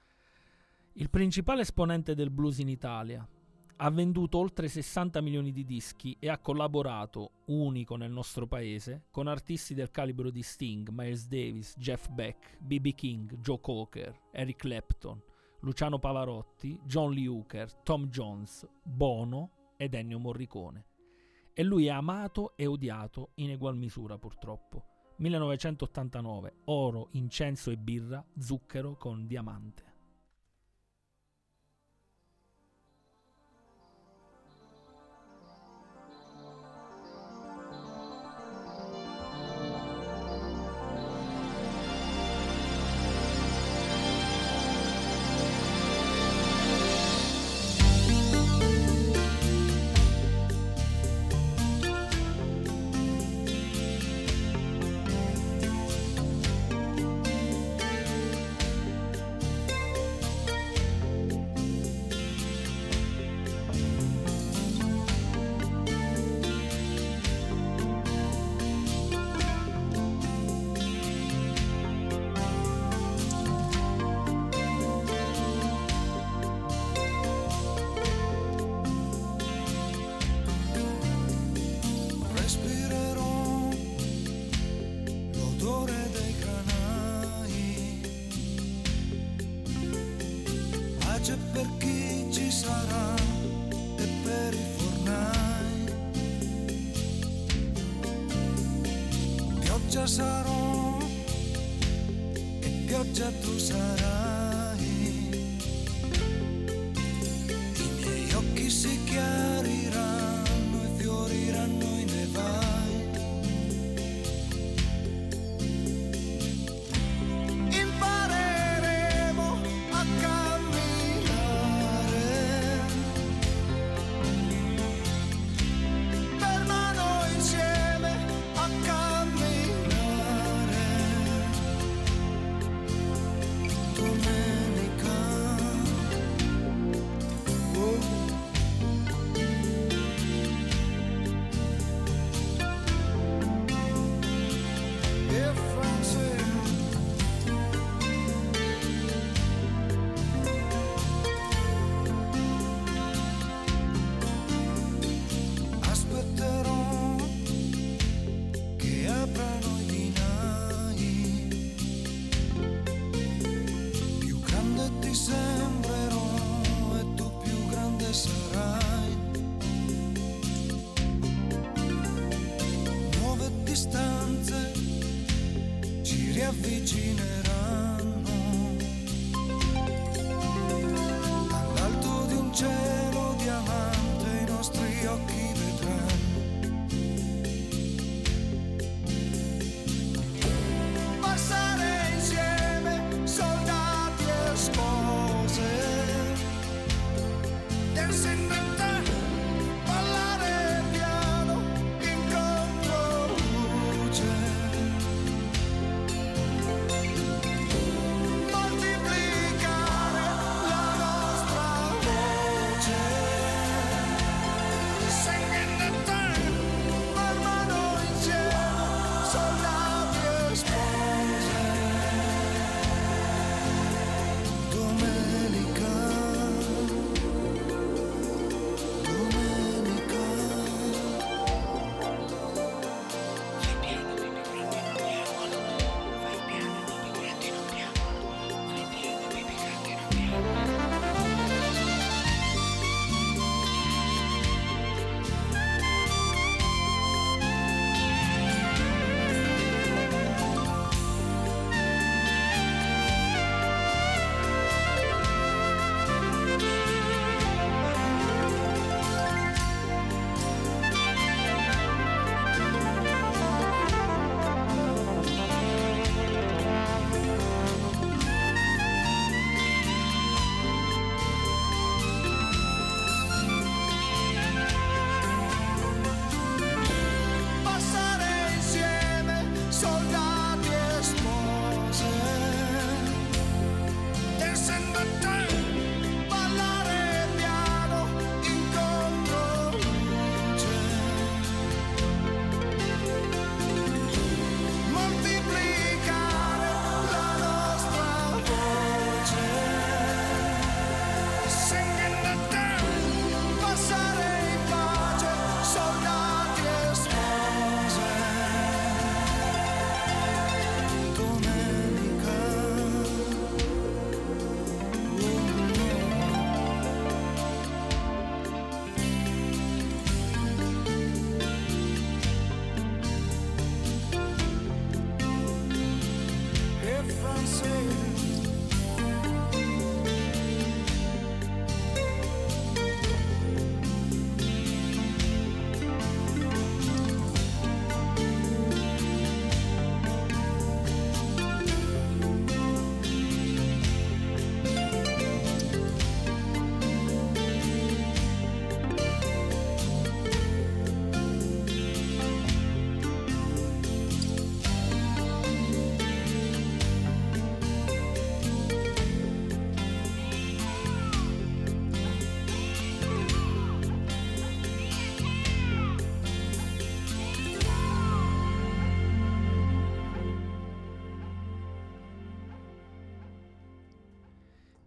Il principale esponente del blues in Italia ha venduto oltre 60 milioni di dischi e ha collaborato, unico nel nostro paese, con artisti del calibro di Sting, Miles Davis, Jeff Beck, B.B. King, Joe Cocker, Eric Clapton, Luciano Pavarotti, John Lee Hooker, Tom Jones, Bono ed Ennio Morricone. E lui è amato e odiato in egual misura, purtroppo. 1989, oro, incenso e birra, zucchero con diamante. Pace per chi ci sarà e per i fornai. Pioggia sarò e pioggia tu sarai. I miei occhi si chiariranno e fioriranno i nevai.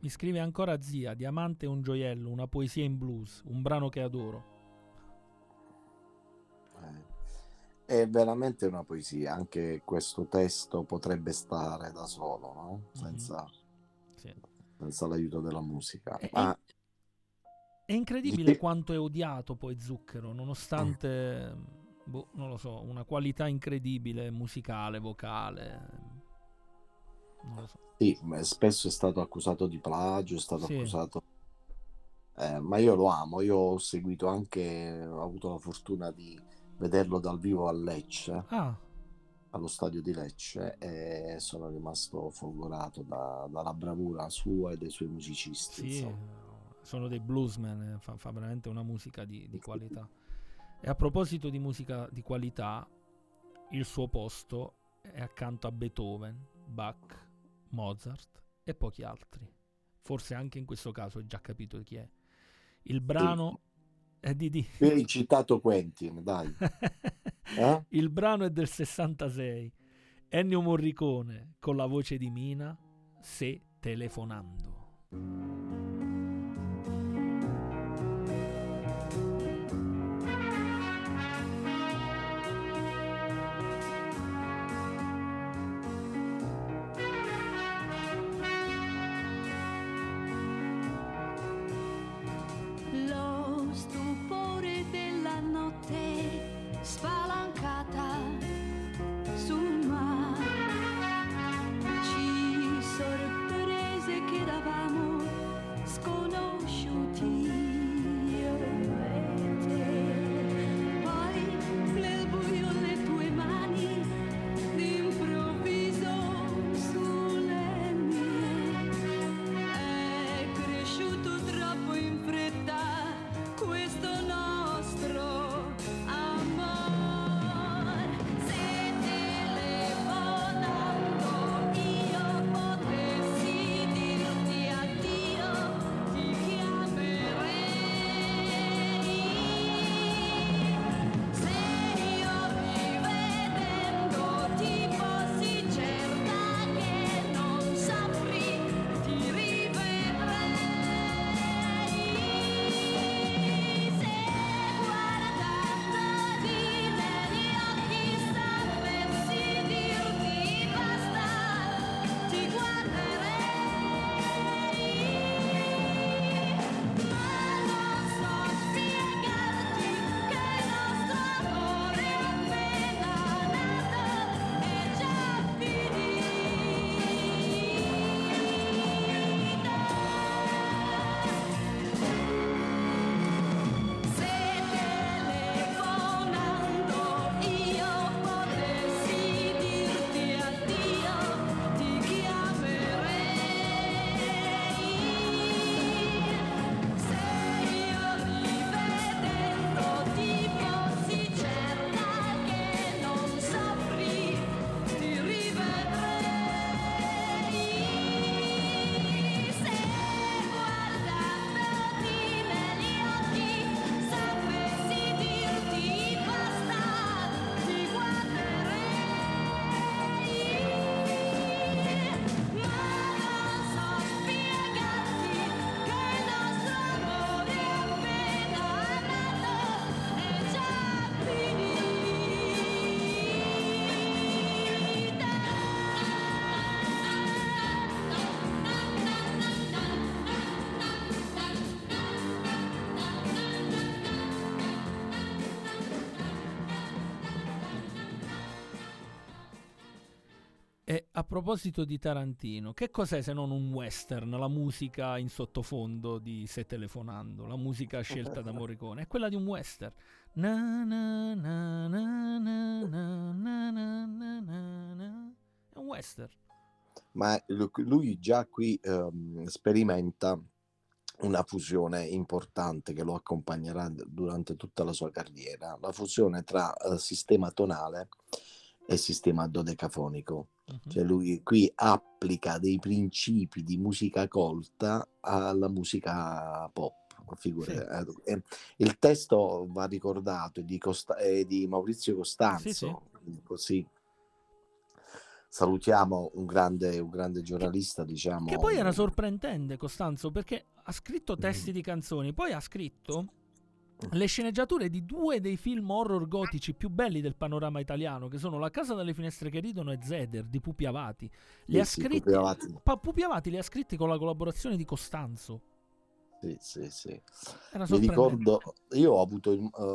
Mi scrive ancora Zia: Diamante è un gioiello, una poesia in blues, un brano che adoro. È veramente una poesia, anche questo testo potrebbe stare da solo, no? Senza l'aiuto della musica. Ma è incredibile quanto è odiato poi Zucchero, nonostante, non lo so, una qualità incredibile musicale, vocale. Non lo so. Sì, spesso è stato accusato di plagio, è stato accusato... ma io lo amo, io ho seguito anche, ho avuto la fortuna di vederlo dal vivo a Lecce, allo stadio di Lecce, e sono rimasto folgorato dalla bravura sua e dei suoi musicisti. Sì, sono dei bluesman, fa veramente una musica di qualità. E a proposito di musica di qualità, il suo posto è accanto a Beethoven, Bach, Mozart e pochi altri. Forse anche in questo caso hai già capito chi è. Il brano è di... Hai citato Quentin, dai. Il brano è del 66. Ennio Morricone con la voce di Mina, Se telefonando. Lo stupore della notte spalancata sul mare ci sorprese che eravamo sconosciuti io e te. Poi nel buio le tue mani d'improvviso sulle mie. È cresciuto troppo in fretta questo nostro amor. Se telefonando io potessi dirti addio, ti chiamerei. Se io rivedendoti fossi certa che non saprì, ti rivedrei. E a proposito di Tarantino, che cos'è se non un western, la musica in sottofondo di Se telefonando, la musica scelta da Morricone? È quella di un western. Na, na, na, na, na, na, na, na, na, na. È un western. Ma lui già qui sperimenta una fusione importante che lo accompagnerà durante tutta la sua carriera, la fusione tra sistema tonale e sistema dodecafonico. Cioè lui qui applica dei principi di musica colta alla musica pop. Il testo va ricordato, è di Maurizio Costanzo, così salutiamo un grande giornalista, diciamo. Che poi era sorprendente, Costanzo, perché ha scritto testi di canzoni, poi ha scritto le sceneggiature di 2 dei film horror gotici più belli del panorama italiano, che sono La casa dalle finestre che ridono e Zeder di Pupi Avati. Li ha scritti, Pupi Avati li ha scritti con la collaborazione di Costanzo. Sì. Era Mi sorprendente. ricordo, io ho avuto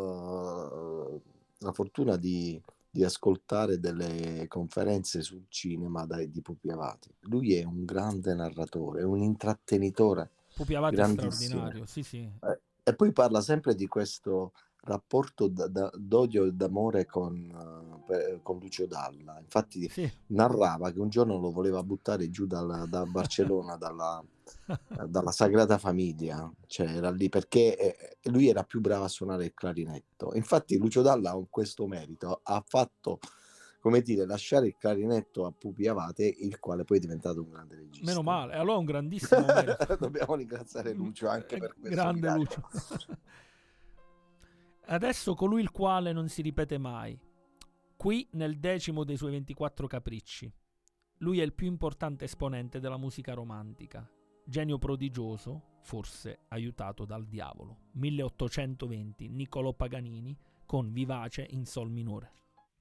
la fortuna di ascoltare delle conferenze sul cinema di Pupi Avati. Lui è un grande narratore, è un intrattenitore Pupi Avati è grandissimo. straordinario, sì. E poi parla sempre di questo rapporto d'odio e d'amore con Lucio Dalla. Infatti Sì. narrava che un giorno lo voleva buttare giù da Barcellona, dalla Sagrada Famiglia, cioè era lì perché lui era più bravo a suonare il clarinetto. Infatti Lucio Dalla ha questo merito, ha fatto, come dire, lasciare il clarinetto a Pupi Avati, il quale poi è diventato un grande regista. Meno male, allora un grandissimo merito. Dobbiamo ringraziare Lucio anche per questo. Grande Lucio. Adesso colui il quale non si ripete mai, qui nel 10° dei suoi 24 capricci. Lui è il più importante esponente della musica romantica, genio prodigioso, forse aiutato dal diavolo. 1820, Niccolò Paganini con Vivace in sol minore.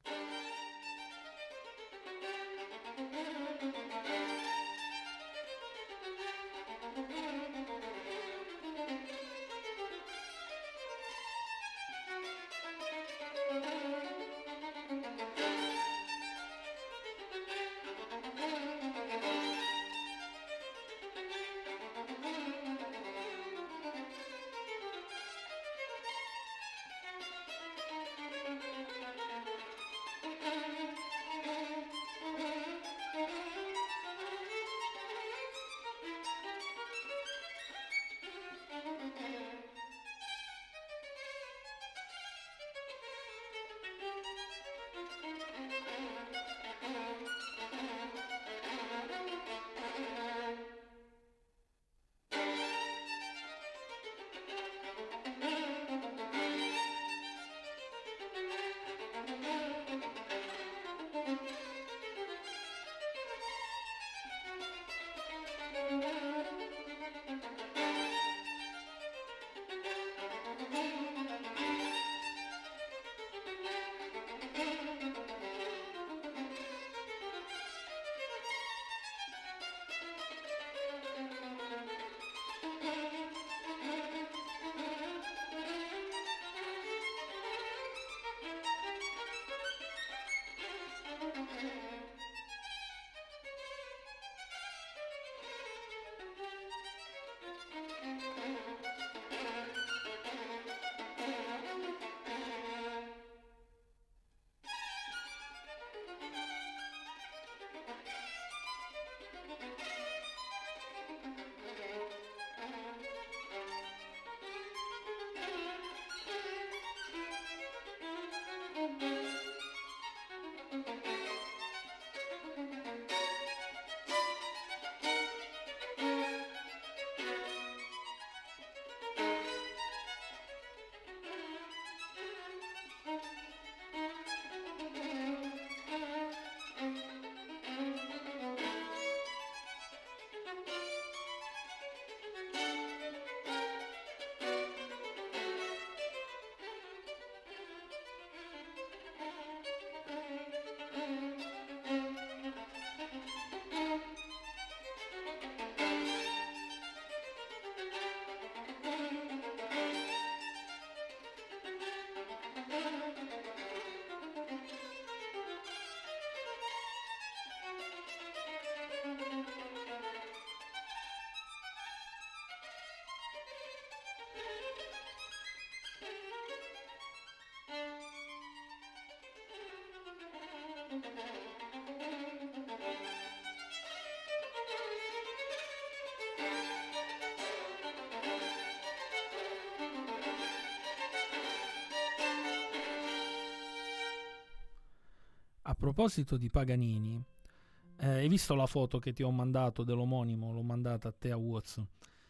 A proposito di Paganini, hai visto la foto che ti ho mandato dell'omonimo? L'ho mandata a te a WhatsApp.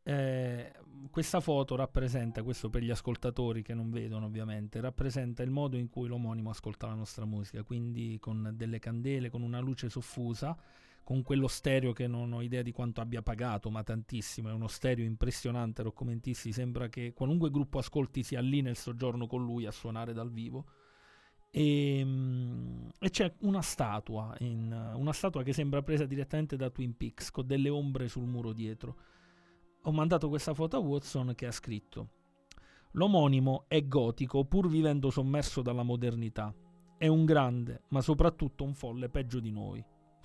Questa foto rappresenta, questo per gli ascoltatori che non vedono ovviamente, rappresenta il modo in cui l'omonimo ascolta la nostra musica, quindi con delle candele, con una luce soffusa, con quello stereo che non ho idea di quanto abbia pagato, ma tantissimo, è uno stereo impressionante. Rocco Mentissi sembra che qualunque gruppo ascolti sia lì nel soggiorno con lui a suonare dal vivo. E c'è una statua che sembra presa direttamente da Twin Peaks, con delle ombre sul muro dietro. Ho mandato questa foto a Watson, che ha scritto: l'omonimo è gotico pur vivendo sommerso dalla modernità, è un grande ma soprattutto un folle peggio di noi.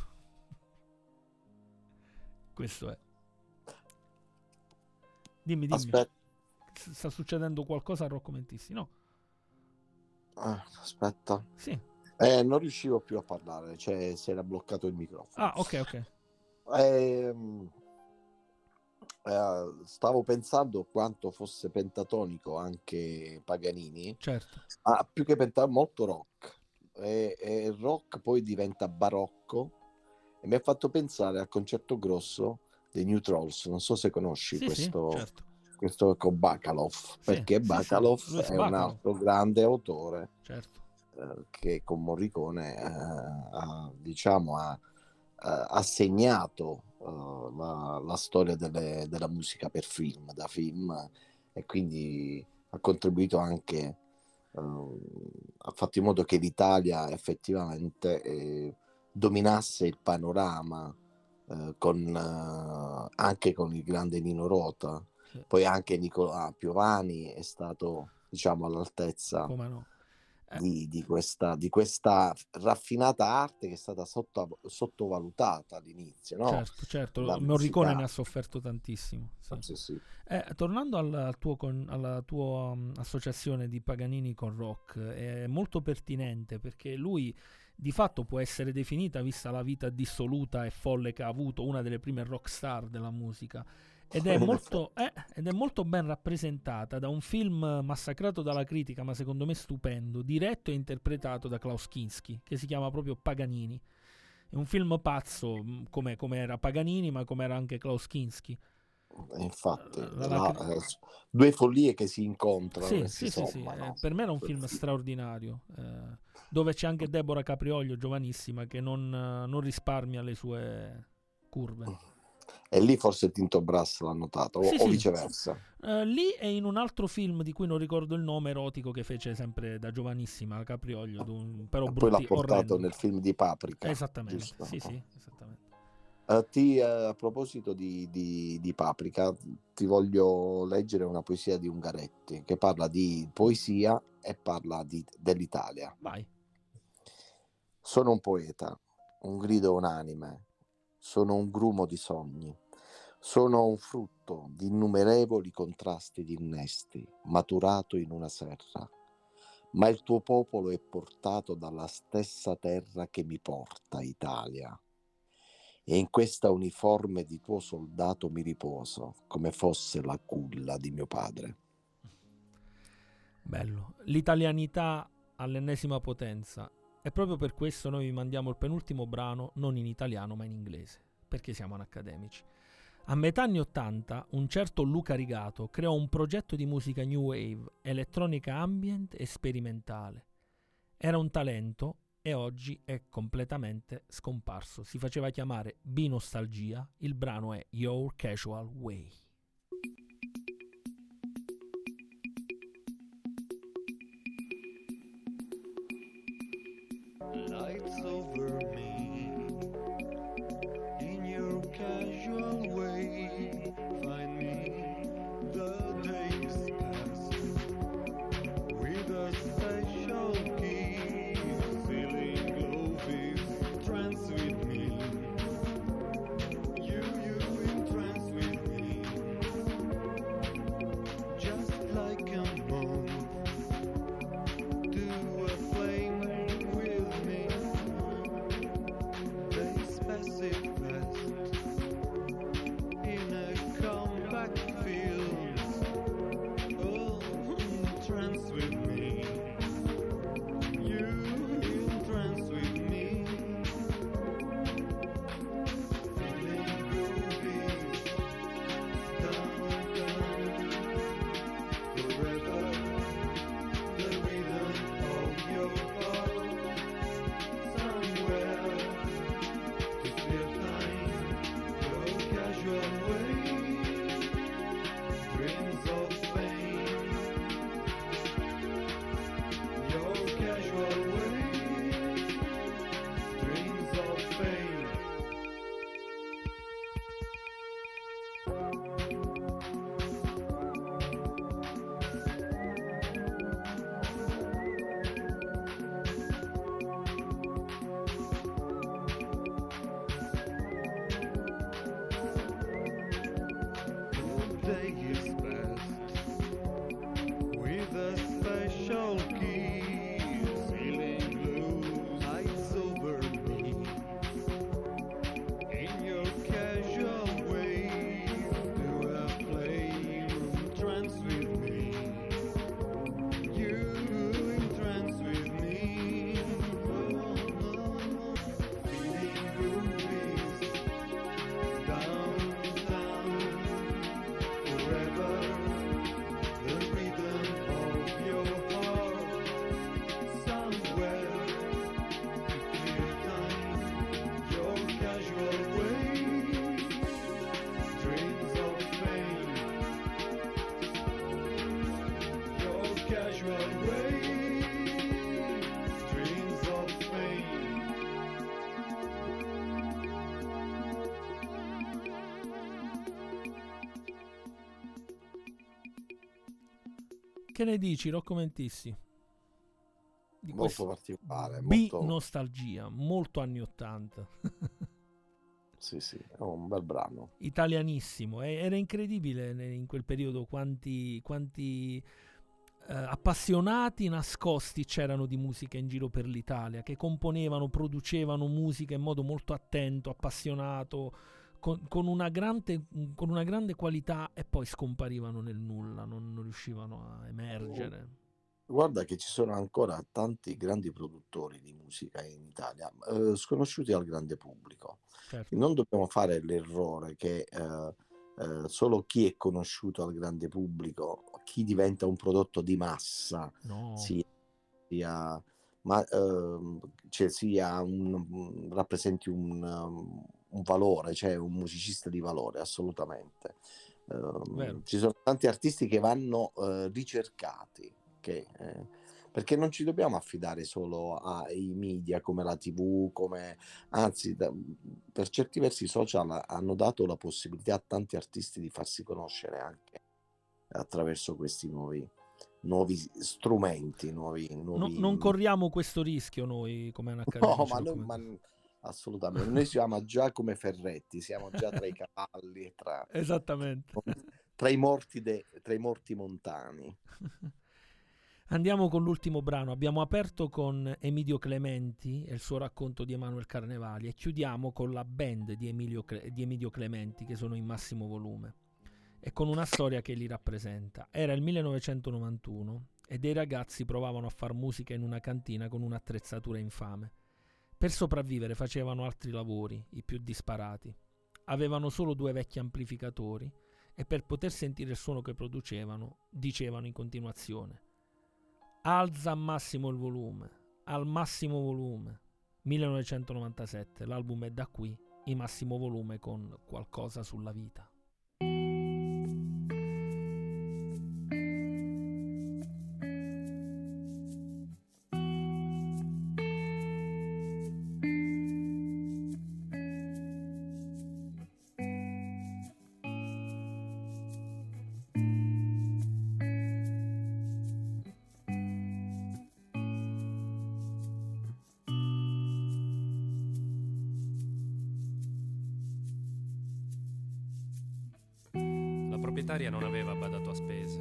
Questo è. Dimmi. Aspetta. Sta succedendo qualcosa a Rocco Mentissi? No. Aspetta. Sì. Non riuscivo più a parlare, cioè si era bloccato il microfono. Ah, ok. Stavo pensando quanto fosse pentatonico anche Paganini. Certo. Più che molto rock. E il rock poi diventa barocco. E mi ha fatto pensare al concerto grosso dei New Trolls. Non so se conosci questo, certo. Questo con Bacalov, perché Bacalov è un altro grande autore, certo. Che con Morricone ha segnato la storia della musica per film, da film, e quindi ha contribuito anche, ha fatto in modo che l'Italia effettivamente dominasse il panorama, anche con il grande Nino Rota. Sì. Poi anche Nicola Piovani è stato, diciamo, all'altezza di questa raffinata arte che è stata sottovalutata all'inizio, no? Certo. Morricone ne ha sofferto tantissimo. Sì. Tornando alla tua associazione di Paganini con rock, è molto pertinente, perché lui di fatto può essere definita, vista la vita dissoluta e folle che ha avuto, una delle prime rock star della musica, ed è molto ben rappresentata da un film massacrato dalla critica, ma secondo me stupendo, diretto e interpretato da Klaus Kinski, che si chiama proprio Paganini. È un film pazzo, come era Paganini, ma come era anche Klaus Kinski. Infatti, due follie che si incontrano. Sì. Per me era un film straordinario, dove c'è anche Deborah Caprioglio, giovanissima, che non risparmia le sue curve. E lì forse Tinto Brass l'ha notato, o viceversa. Lì è in un altro film di cui non ricordo il nome, erotico, che fece sempre da giovanissima Caprioglio, però poi l'ha portato nel film di Paprika. Esattamente, giusto? Sì, esattamente. A proposito di Paprika, ti voglio leggere una poesia di Ungaretti, che parla di poesia e parla dell'Italia. Vai. Sono un poeta, un grido unanime, sono un grumo di sogni, sono un frutto di innumerevoli contrasti di innesti, maturato in una serra, ma il tuo popolo è portato dalla stessa terra che mi porta, Italia. E in questa uniforme di tuo soldato mi riposo, come fosse la culla di mio padre. Bello. L'italianità all'ennesima potenza. E proprio per questo noi vi mandiamo il penultimo brano, non in italiano ma in inglese, perché siamo accademici. A metà anni 80 un certo Luca Rigato creò un progetto di musica new wave, elettronica ambient e sperimentale. Era un talento e oggi è completamente scomparso. Si faceva chiamare B-Nostalgia, il brano è Your Casual Way. Lights over me, in your casual way, find me, the days pass, with a special key, feeling love is trance with me, you in trance with me, Che ne dici, Rocco Mentissi? Di Molto particolare, nostalgia, molto anni 80. Sì, è un bel brano. Italianissimo. Era incredibile in quel periodo quanti appassionati nascosti c'erano di musica in giro per l'Italia, che componevano, producevano musica in modo molto attento, appassionato, con una grande qualità, e poi scomparivano nel nulla, non riuscivano a emergere. Guarda che ci sono ancora tanti grandi produttori di musica in Italia, sconosciuti al grande pubblico. Certo. Non dobbiamo fare l'errore che solo chi è conosciuto al grande pubblico, chi diventa un prodotto di massa, No. rappresenti un valore, cioè un musicista di valore, assolutamente. Ci sono tanti artisti che vanno ricercati, perché non ci dobbiamo affidare solo ai media come la TV, anzi, per certi versi i social hanno dato la possibilità a tanti artisti di farsi conoscere anche attraverso questi nuovi strumenti, Non corriamo questo rischio noi come No, ma assolutamente, noi siamo già come Ferretti, siamo già tra i cavalli, esattamente, tra i morti montani. Andiamo con l'ultimo brano. Abbiamo aperto con Emidio Clementi e il suo racconto di Emanuel Carnevali, e chiudiamo con la band di Emidio Clementi, che sono in Massimo Volume, e con una storia che li rappresenta. Era il 1991 e dei ragazzi provavano a far musica in una cantina con un'attrezzatura infame. Per sopravvivere facevano altri lavori, i più disparati. Avevano solo 2 vecchi amplificatori e per poter sentire il suono che producevano dicevano in continuazione: alza al massimo il volume, al massimo volume. 1997, l'album è da qui, in Massimo Volume con Qualcosa sulla vita. La proprietaria non aveva badato a spese.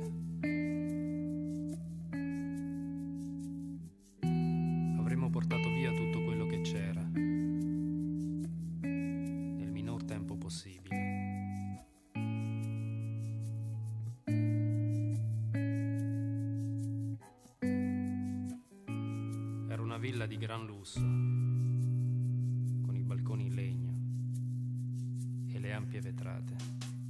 Avremmo portato via tutto quello che c'era, nel minor tempo possibile. Era una villa di gran lusso, con i balconi in legno e le ampie vetrate.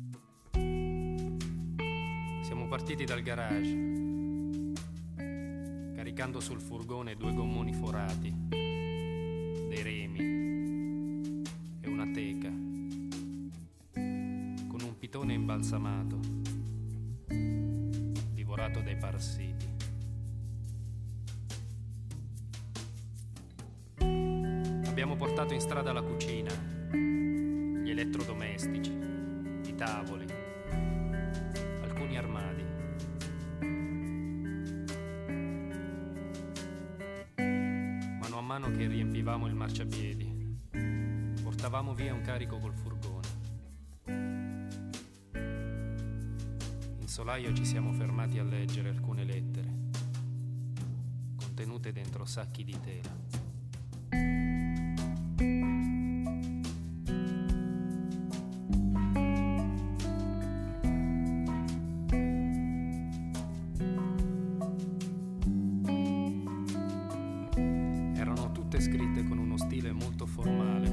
Siamo partiti dal garage, caricando sul furgone 2 gommoni forati, dei remi e una teca, con un pitone imbalsamato, divorato dai parassiti. Abbiamo portato in strada la cucina, gli elettrodomestici, i tavoli, alcuni armadi. Mano a mano che riempivamo il marciapiedi, portavamo via un carico col furgone. In solaio ci siamo fermati a leggere alcune lettere, contenute dentro sacchi di tela. Scritte con uno stile molto formale.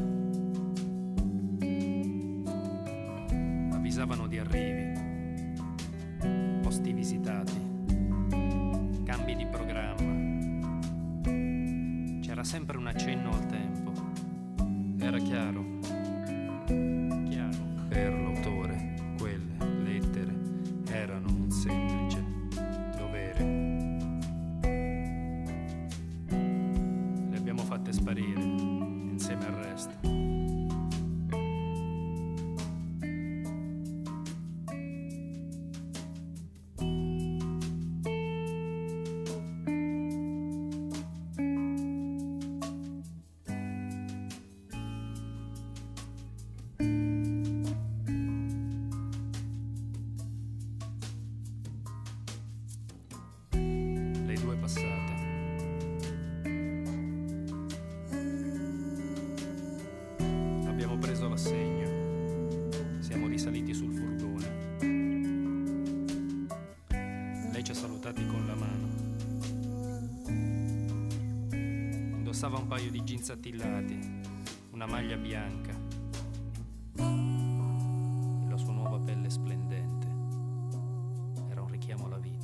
Avvisavano di arrivi, posti visitati, cambi di programma. C'era sempre un accenno al tempo. Era chiaro per l'autore, quelle lettere erano un semplice dovere. Fatte sparire insieme al resto. passate. Abbiamo preso l'assegno, siamo risaliti sul furgone. Lei ci ha salutati con la mano. Indossava un paio di jeans attillati, una maglia bianca e la sua nuova pelle splendente. Era un richiamo alla vita.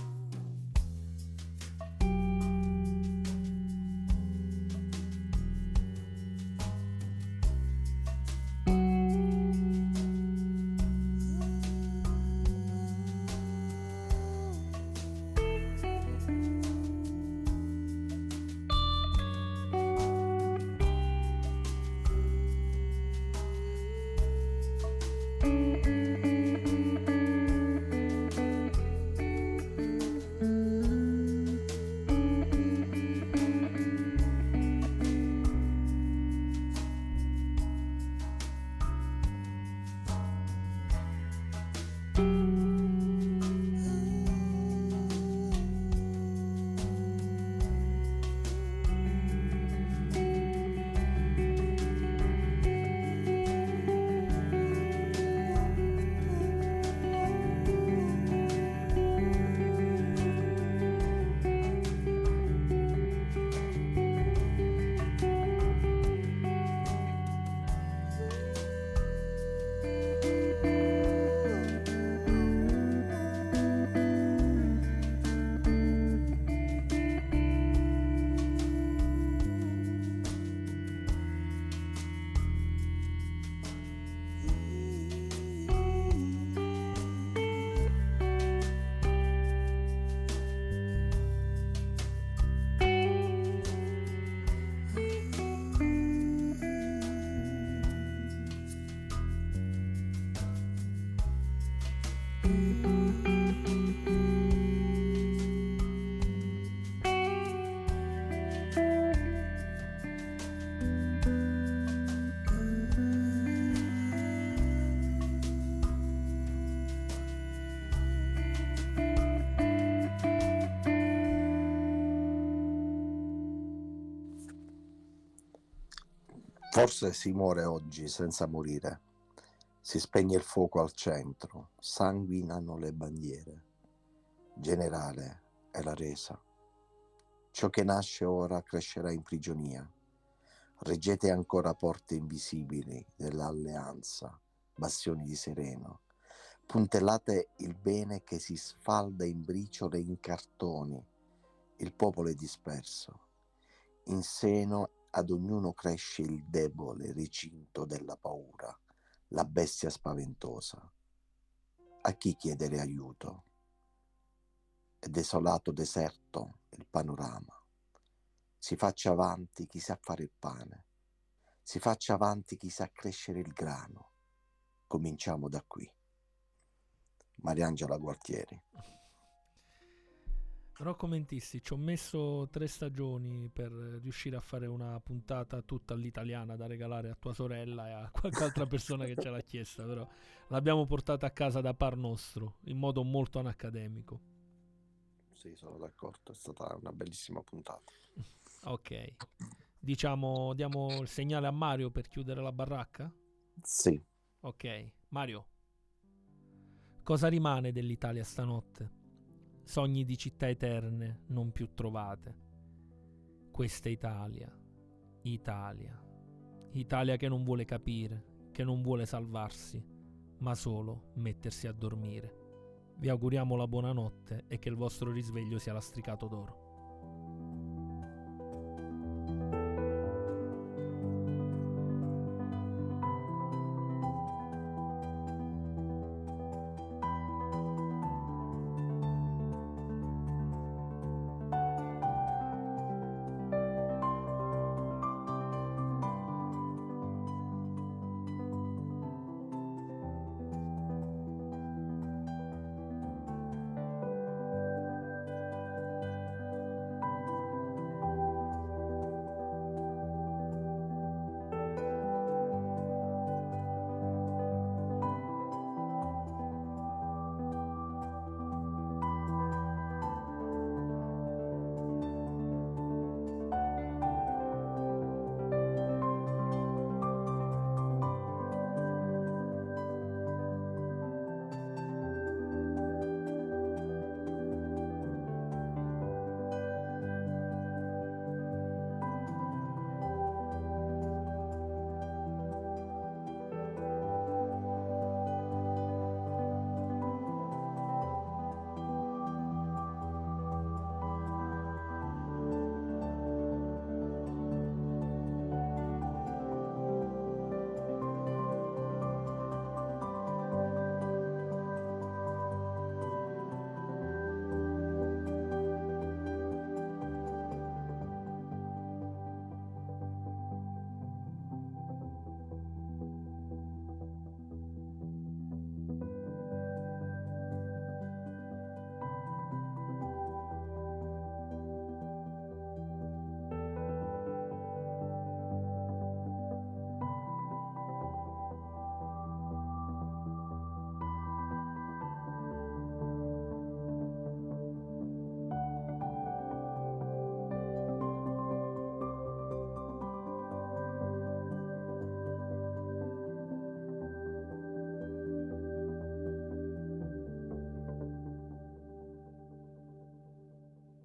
Forse si muore oggi senza morire, si spegne il fuoco al centro, sanguinano le bandiere. Generale è la resa. Ciò che nasce ora crescerà in prigionia. Reggete ancora porte invisibili dell'alleanza, bastioni di sereno. Puntellate il bene che si sfalda in briciole e in cartoni. Il popolo è disperso. In seno ad ognuno cresce il debole recinto della paura, la bestia spaventosa. A chi chiedere aiuto? È desolato, deserto il panorama. Si faccia avanti chi sa fare il pane, si faccia avanti chi sa crescere il grano. Cominciamo da qui. Mariangela Gualtieri. Rocco Mentissi, ci ho messo 3 stagioni per riuscire a fare una puntata tutta all'italiana da regalare a tua sorella e a qualche altra persona che ce l'ha chiesta, però l'abbiamo portata a casa da par nostro, in modo molto anacademico. Sì, sono d'accordo, è stata una bellissima puntata. Ok, diciamo, diamo il segnale a Mario per chiudere la baracca? Sì. Ok, Mario, cosa rimane dell'Italia stanotte? Sogni di città eterne non più trovate. Questa è Italia, Italia che non vuole capire, che non vuole salvarsi, ma solo mettersi a dormire. Vi auguriamo la buonanotte e che il vostro risveglio sia lastricato d'oro.